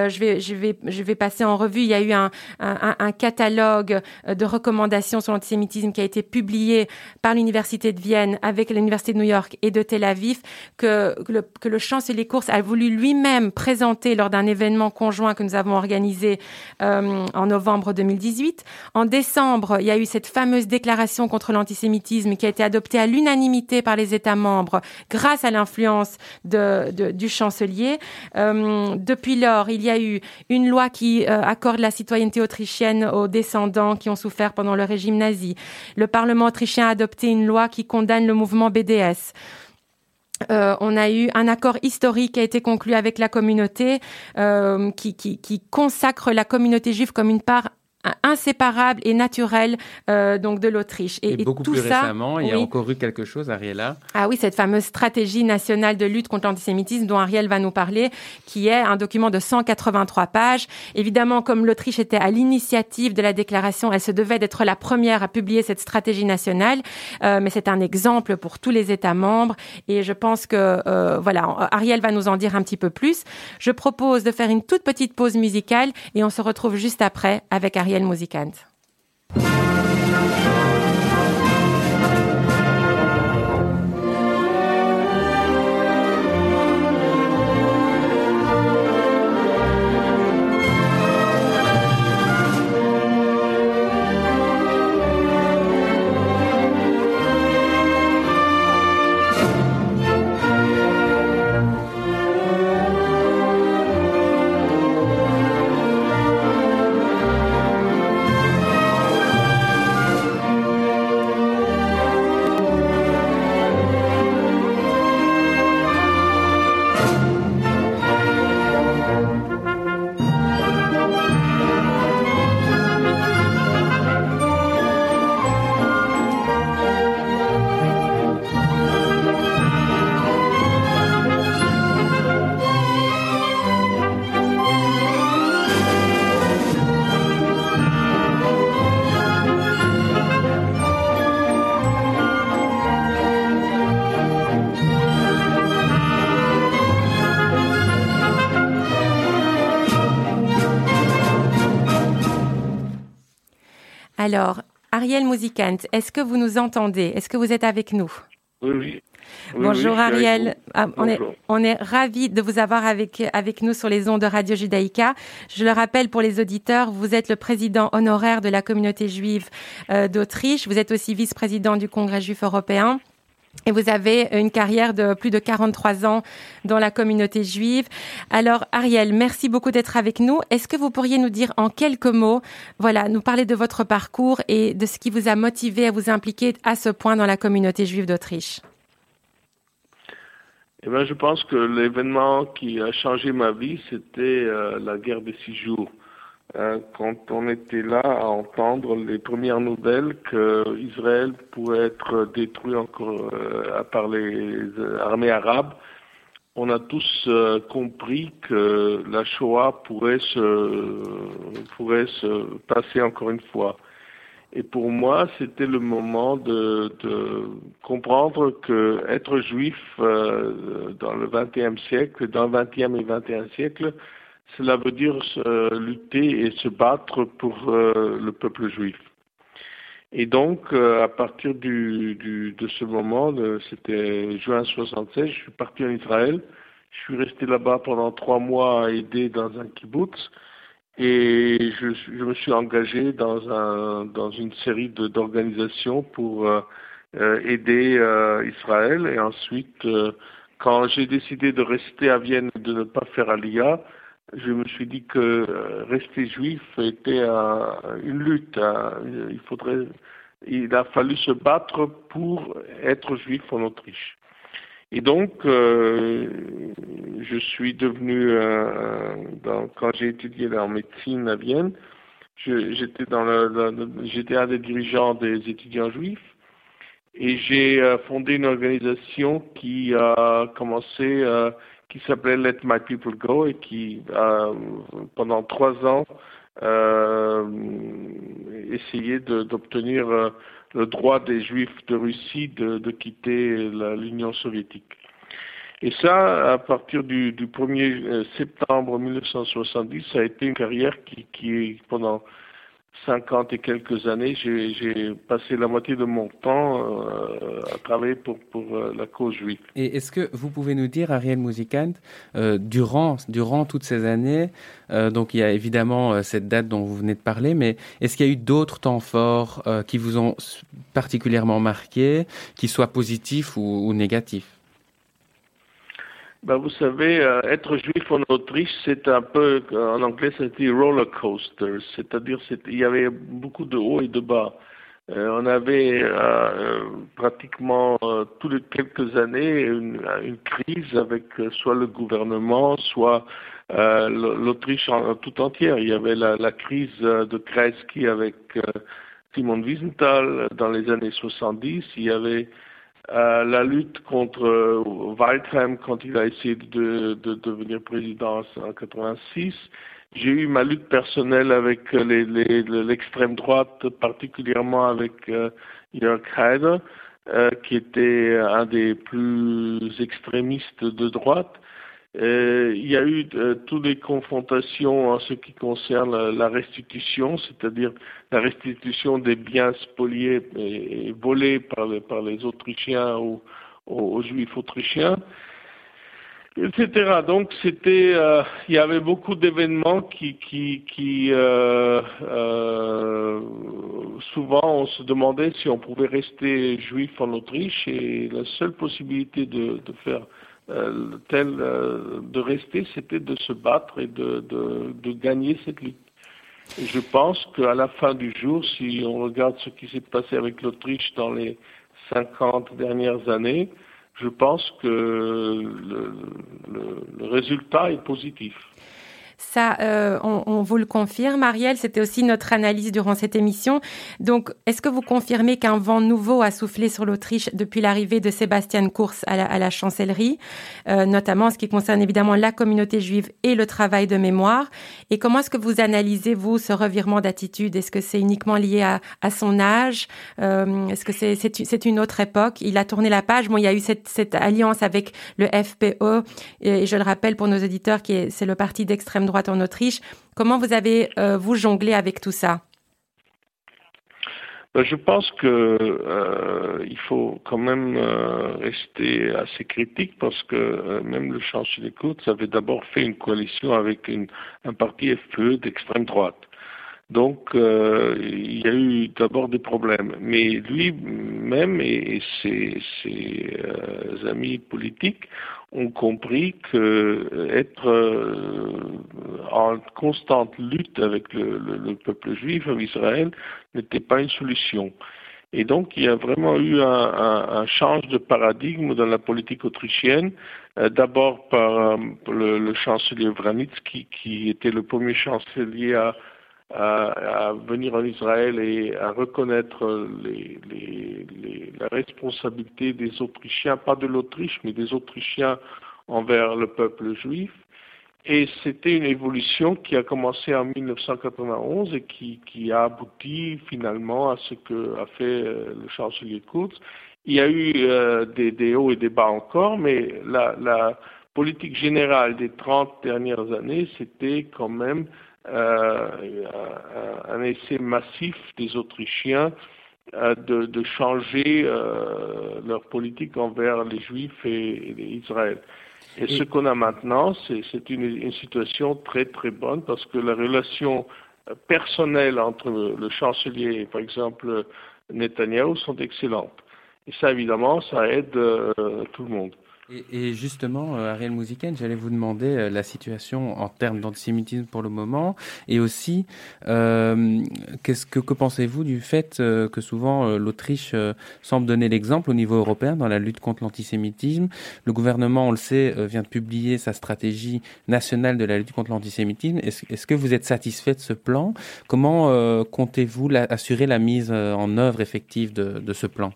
Je vais passer en revue. Il y a eu un catalogue de recommandations sur l'antisémitisme qui a été publié par l'Université de Vienne avec l'Université de New York et de Tel Aviv que le chancelier Kurz a voulu lui-même présenter lors d'un événement conjoint que nous avons organisé en novembre 2018. En décembre, il y a eu cette fameuse déclaration contre l'antisémitisme qui a été adoptée à l'unanimité par les États membres grâce à l'influence du chancelier. Depuis lors, il y a eu une loi qui accorde la citoyenneté autrichienne aux descendants qui ont souffert pendant le régime nazi. Le Parlement autrichien a adopté une loi qui condamne le mouvement BDS. On a eu un accord historique qui a été conclu avec la communauté qui consacre la communauté juive comme une part inséparable et naturel donc de l'Autriche. Et beaucoup tout plus ça, récemment, il y a encore eu quelque chose, Ariella. Ah oui, cette fameuse stratégie nationale de lutte contre l'antisémitisme dont Ariel va nous parler, qui est un document de 183 pages. Évidemment, comme l'Autriche était à l'initiative de la déclaration, elle se devait d'être la première à publier cette stratégie nationale, mais c'est un exemple pour tous les États membres. Et je pense que, Ariel va nous en dire un petit peu plus. Je propose de faire une toute petite pause musicale et on se retrouve juste après avec Ariel Musikant. Alors, Ariel Musikant, est-ce que vous nous entendez? Est-ce que vous êtes avec nous? Oui. Bonjour Ariel, Bonjour. on est ravis de vous avoir avec nous sur les ondes de Radio Judaïka. Je le rappelle pour les auditeurs, vous êtes le président honoraire de la communauté juive d'Autriche, vous êtes aussi vice-président du Congrès juif européen. Et vous avez une carrière de plus de 43 ans dans la communauté juive. Alors, Ariel, merci beaucoup d'être avec nous. Est-ce que vous pourriez nous dire en quelques mots, nous parler de votre parcours et de ce qui vous a motivé à vous impliquer à ce point dans la communauté juive d'Autriche? Je pense que l'événement qui a changé ma vie, c'était la guerre des 6 jours. Quand on était là à entendre les premières nouvelles qu'Israël pourrait être détruit encore par les armées arabes, on a tous compris que la Shoah pourrait se passer encore une fois. Et pour moi, c'était le moment de comprendre que être juif dans le XXe siècle, dans le XXe et XXIe siècle, cela veut dire lutter et se battre pour le peuple juif. Et donc, à partir de ce moment, c'était juin 76, je suis parti en Israël. Je suis resté là-bas pendant 3 mois à aider dans un kibbutz. Et je me suis engagé dans une série d'organisations pour aider Israël. Et ensuite, quand j'ai décidé de rester à Vienne et de ne pas faire Aliyah, je me suis dit que rester juif était une lutte. Il a fallu se battre pour être juif en Autriche. Et donc, je suis devenu, quand j'ai étudié en médecine à Vienne, j'étais un des dirigeants des étudiants juifs et j'ai fondé une organisation qui a commencé, qui s'appelait Let My People Go et qui, pendant 3 ans, essayait d'obtenir le droit des Juifs de Russie de quitter l'Union soviétique. Et ça, à partir du 1er septembre 1970, ça a été une carrière qui pendant 50 et quelques années, j'ai passé la moitié de mon temps à travailler pour la cause juive. Et est-ce que vous pouvez nous dire, Ariel Musikant, durant toutes ces années, donc il y a évidemment cette date dont vous venez de parler, mais est-ce qu'il y a eu d'autres temps forts qui vous ont particulièrement marqué, qu'ils soient positifs ou négatifs? Vous savez, être juif en Autriche, c'est un peu, en anglais, c'était roller coaster, c'est-à-dire il y avait beaucoup de hauts et de bas. On avait pratiquement tous les quelques années une crise avec soit le gouvernement, soit l'Autriche tout entière. Il y avait la crise de Kreisky avec Simon Wiesenthal dans les années 70. Il y avait la lutte contre Waldheim quand il a essayé de devenir président en 86. J'ai eu ma lutte personnelle avec l'extrême droite, particulièrement avec Jörg Haider, qui était un des plus extrémistes de droite. Il y a eu toutes les confrontations en ce qui concerne la restitution, c'est-à-dire la restitution des biens spoliés et volés par les Autrichiens aux Juifs autrichiens, etc. Donc il y avait beaucoup d'événements qui souvent on se demandait si on pouvait rester juif en Autriche, et la seule possibilité de faire de rester, c'était de se battre et de gagner cette lutte. Et je pense qu'à la fin du jour, si on regarde ce qui s'est passé avec l'Autriche dans les 50 dernières années, je pense que le résultat est positif. Ça, on vous le confirme, Ariel, c'était aussi notre analyse durant cette émission. Donc, est-ce que vous confirmez qu'un vent nouveau a soufflé sur l'Autriche depuis l'arrivée de Sebastian Kurz à la chancellerie, notamment en ce qui concerne évidemment la communauté juive et le travail de mémoire? Et comment est-ce que vous analysez, vous, ce revirement d'attitude? Est-ce que c'est uniquement lié à son âge? Est-ce que c'est une autre époque? Il a tourné la page. Bon, il y a eu cette alliance avec le FPÖ, et je le rappelle pour nos auditeurs, c'est le parti d'extrême droite en Autriche. Comment vous avez, vous, jonglé avec tout ça? Je pense que il faut quand même rester assez critique, parce que même le chancelier Kurz avait d'abord fait une coalition avec un parti FPÖ d'extrême droite. Donc, il y a eu d'abord des problèmes. Mais lui-même et ses amis politiques ont compris que être en constante lutte avec le peuple juif en Israël n'était pas une solution. Et donc, il y a vraiment eu un change de paradigme dans la politique autrichienne, d'abord par le chancelier Vranitzky, qui était le premier chancelier à venir en Israël et à reconnaître la responsabilité des Autrichiens, pas de l'Autriche, mais des Autrichiens envers le peuple juif. Et c'était une évolution qui a commencé en 1991 et qui a abouti finalement à ce que a fait le chancelier Kurz. Il y a eu des hauts et des bas encore, mais la politique générale des 30 dernières années, c'était quand même un essai massif des Autrichiens de changer leur politique envers les Juifs et Israël. Et ce qu'on a maintenant, c'est une situation très très bonne, parce que la relation personnelle entre le chancelier et par exemple Netanyahou sont excellentes. Et ça, évidemment, ça aide tout le monde. Et justement, Ariel Mouziken, j'allais vous demander la situation en termes d'antisémitisme pour le moment, et aussi que pensez-vous du fait que souvent l'Autriche semble donner l'exemple au niveau européen dans la lutte contre l'antisémitisme. Le gouvernement, on le sait, vient de publier sa stratégie nationale de la lutte contre l'antisémitisme. Est-ce que vous êtes satisfait de ce plan? Comment comptez-vous assurer la mise en œuvre effective de ce plan?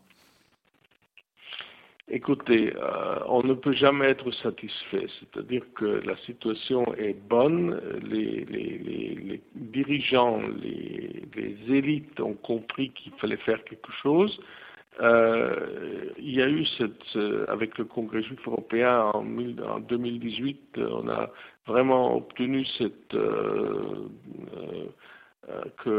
Écoutez, on ne peut jamais être satisfait, c'est-à-dire que la situation est bonne, les dirigeants, les élites ont compris qu'il fallait faire quelque chose. Il y a eu avec le Congrès juif européen en 2018, on a vraiment obtenu que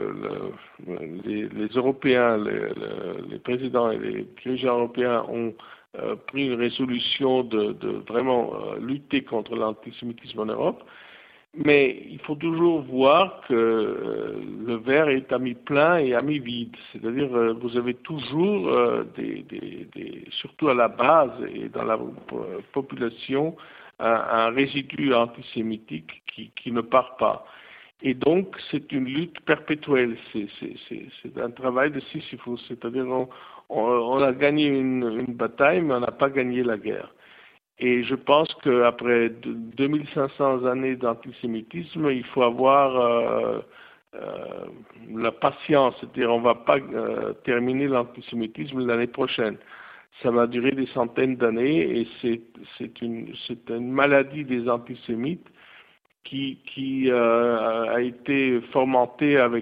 les Européens, les présidents et les dirigeants européens ont pris une résolution de vraiment lutter contre l'antisémitisme en Europe. Mais il faut toujours voir que le verre est à mi-plein et à mi-vide. C'est-à-dire, vous avez toujours, surtout à la base et dans la population, un résidu antisémitique qui ne part pas. Et donc, c'est une lutte perpétuelle. C'est un travail de Sisyphus. C'est-à-dire, on a gagné une bataille, mais on n'a pas gagné la guerre. Et je pense qu'après 2500 années d'antisémitisme, il faut avoir la patience. C'est-à-dire, on ne va pas terminer l'antisémitisme l'année prochaine. Ça va durer des centaines d'années et c'est une maladie des antisémites qui a été fomentée avec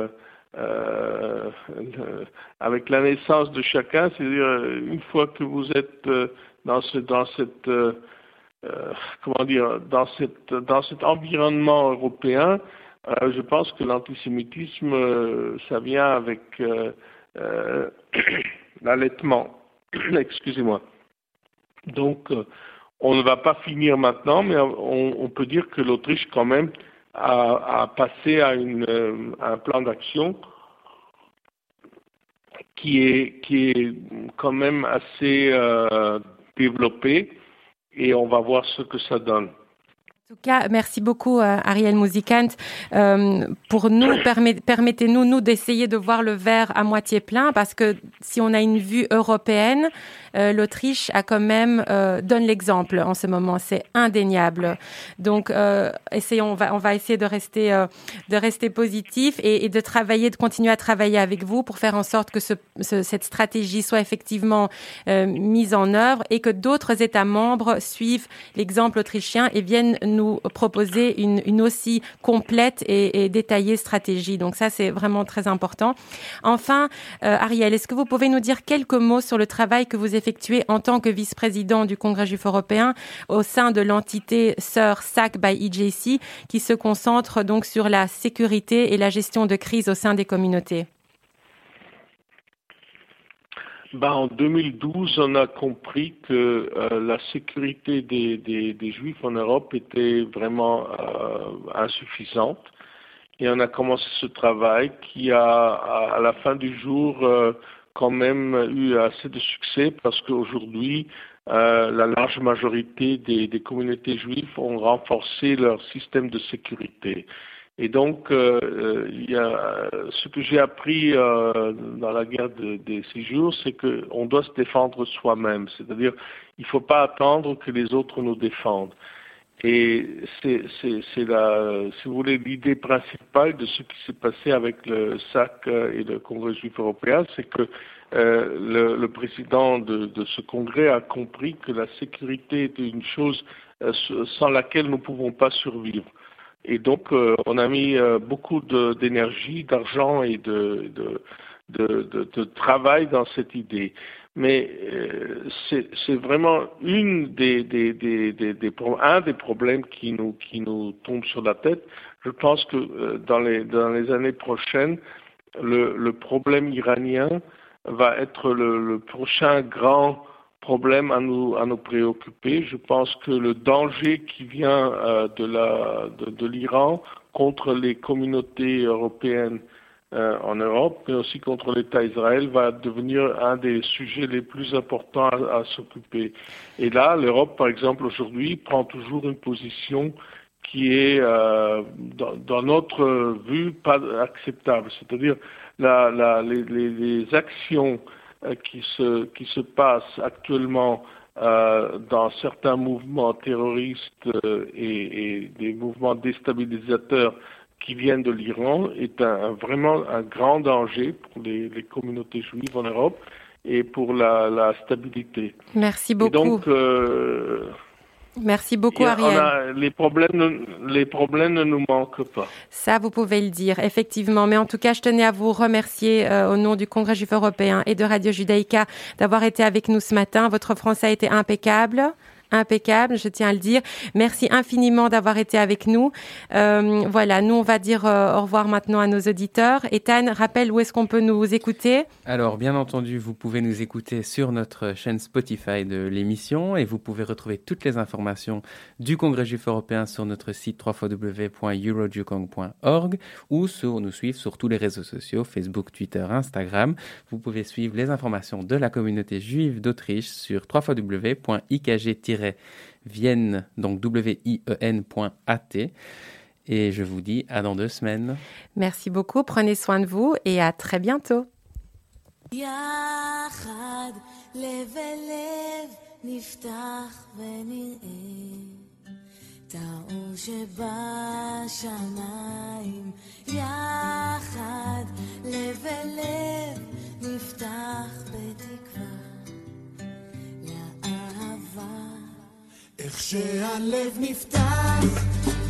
la naissance de chacun. C'est-à-dire, une fois que vous êtes dans cet environnement européen, je pense que l'antisémitisme, ça vient avec l'allaitement. Excusez-moi. Donc, on ne va pas finir maintenant, mais on peut dire que l'Autriche, quand même, a passé à un plan d'action qui est quand même assez développé, et on va voir ce que ça donne. En tout cas, merci beaucoup Ariel Musikant. Pour nous, permettez-nous, nous, d'essayer de voir le verre à moitié plein, parce que si on a une vue européenne, l'Autriche a quand même donne l'exemple en ce moment, c'est indéniable. Donc, essayons, on va essayer de rester positif et de travailler, de continuer à travailler avec vous pour faire en sorte que cette stratégie soit effectivement mise en œuvre et que d'autres États membres suivent l'exemple autrichien et viennent nous proposer une aussi complète et détaillée stratégie. Donc ça, c'est vraiment très important. Enfin, Ariel, est-ce que vous pouvez nous dire quelques mots sur le travail que vous effectuez en tant que vice-président du Congrès juif européen au sein de l'entité sœur SAC by EJC qui se concentre donc sur la sécurité et la gestion de crise au sein des communautés? En 2012, on a compris que la sécurité des Juifs en Europe était vraiment insuffisante. Et on a commencé ce travail qui a, à la fin du jour, quand même eu assez de succès parce qu'aujourd'hui, la large majorité des communautés juives ont renforcé leur système de sécurité. Et donc, ce que j'ai appris dans la guerre des 6 jours, c'est qu'on doit se défendre soi-même. C'est-à-dire, il ne faut pas attendre que les autres nous défendent. Et c'est si vous voulez, l'idée principale de ce qui s'est passé avec le SAC et le Congrès juif européen, c'est que le président de ce congrès a compris que la sécurité était une chose sans laquelle nous ne pouvons pas survivre. Et donc, on a mis beaucoup d'énergie, d'argent et de travail dans cette idée. Mais c'est vraiment un des problèmes qui nous tombe sur la tête. Je pense que dans les années prochaines, le problème iranien va être le prochain grand problème à nous préoccuper. Je pense que le danger qui vient de l'Iran contre les communautés européennes en Europe, mais aussi contre l'État Israël, va devenir un des sujets les plus importants à s'occuper. Et là, l'Europe, par exemple, aujourd'hui, prend toujours une position qui est, dans notre vue, pas acceptable. C'est-à-dire les actions qui se passent actuellement dans certains mouvements terroristes et des mouvements déstabilisateurs qui viennent de l'Iran est vraiment un grand danger pour les communautés juives en Europe et pour la stabilité. Merci beaucoup. Et donc, merci beaucoup, Ariel. Les problèmes ne nous manquent pas. Ça, vous pouvez le dire, effectivement. Mais en tout cas, je tenais à vous remercier au nom du Congrès juif européen et de Radio Judaïka d'avoir été avec nous ce matin. Votre français a été impeccable, je tiens à le dire. Merci infiniment d'avoir été avec nous. Voilà, nous, on va dire au revoir maintenant à nos auditeurs. Ethan, rappelle où est-ce qu'on peut nous écouter? Alors, bien entendu, vous pouvez nous écouter sur notre chaîne Spotify de l'émission et vous pouvez retrouver toutes les informations du Congrès juif européen sur notre site www.eurojukong.org ou nous suivre sur tous les réseaux sociaux, Facebook, Twitter, Instagram. Vous pouvez suivre les informations de la communauté juive d'Autriche sur www.ikg-vienne, donc wien.at. Et je vous dis à dans 2 semaines. Merci beaucoup, prenez soin de vous et à très bientôt. יחד לב אל לב נפתח ונראה את האור שבשמיים. יחד לב אל לב נפתח בתקווה לאהבה. איך שהלב נפתח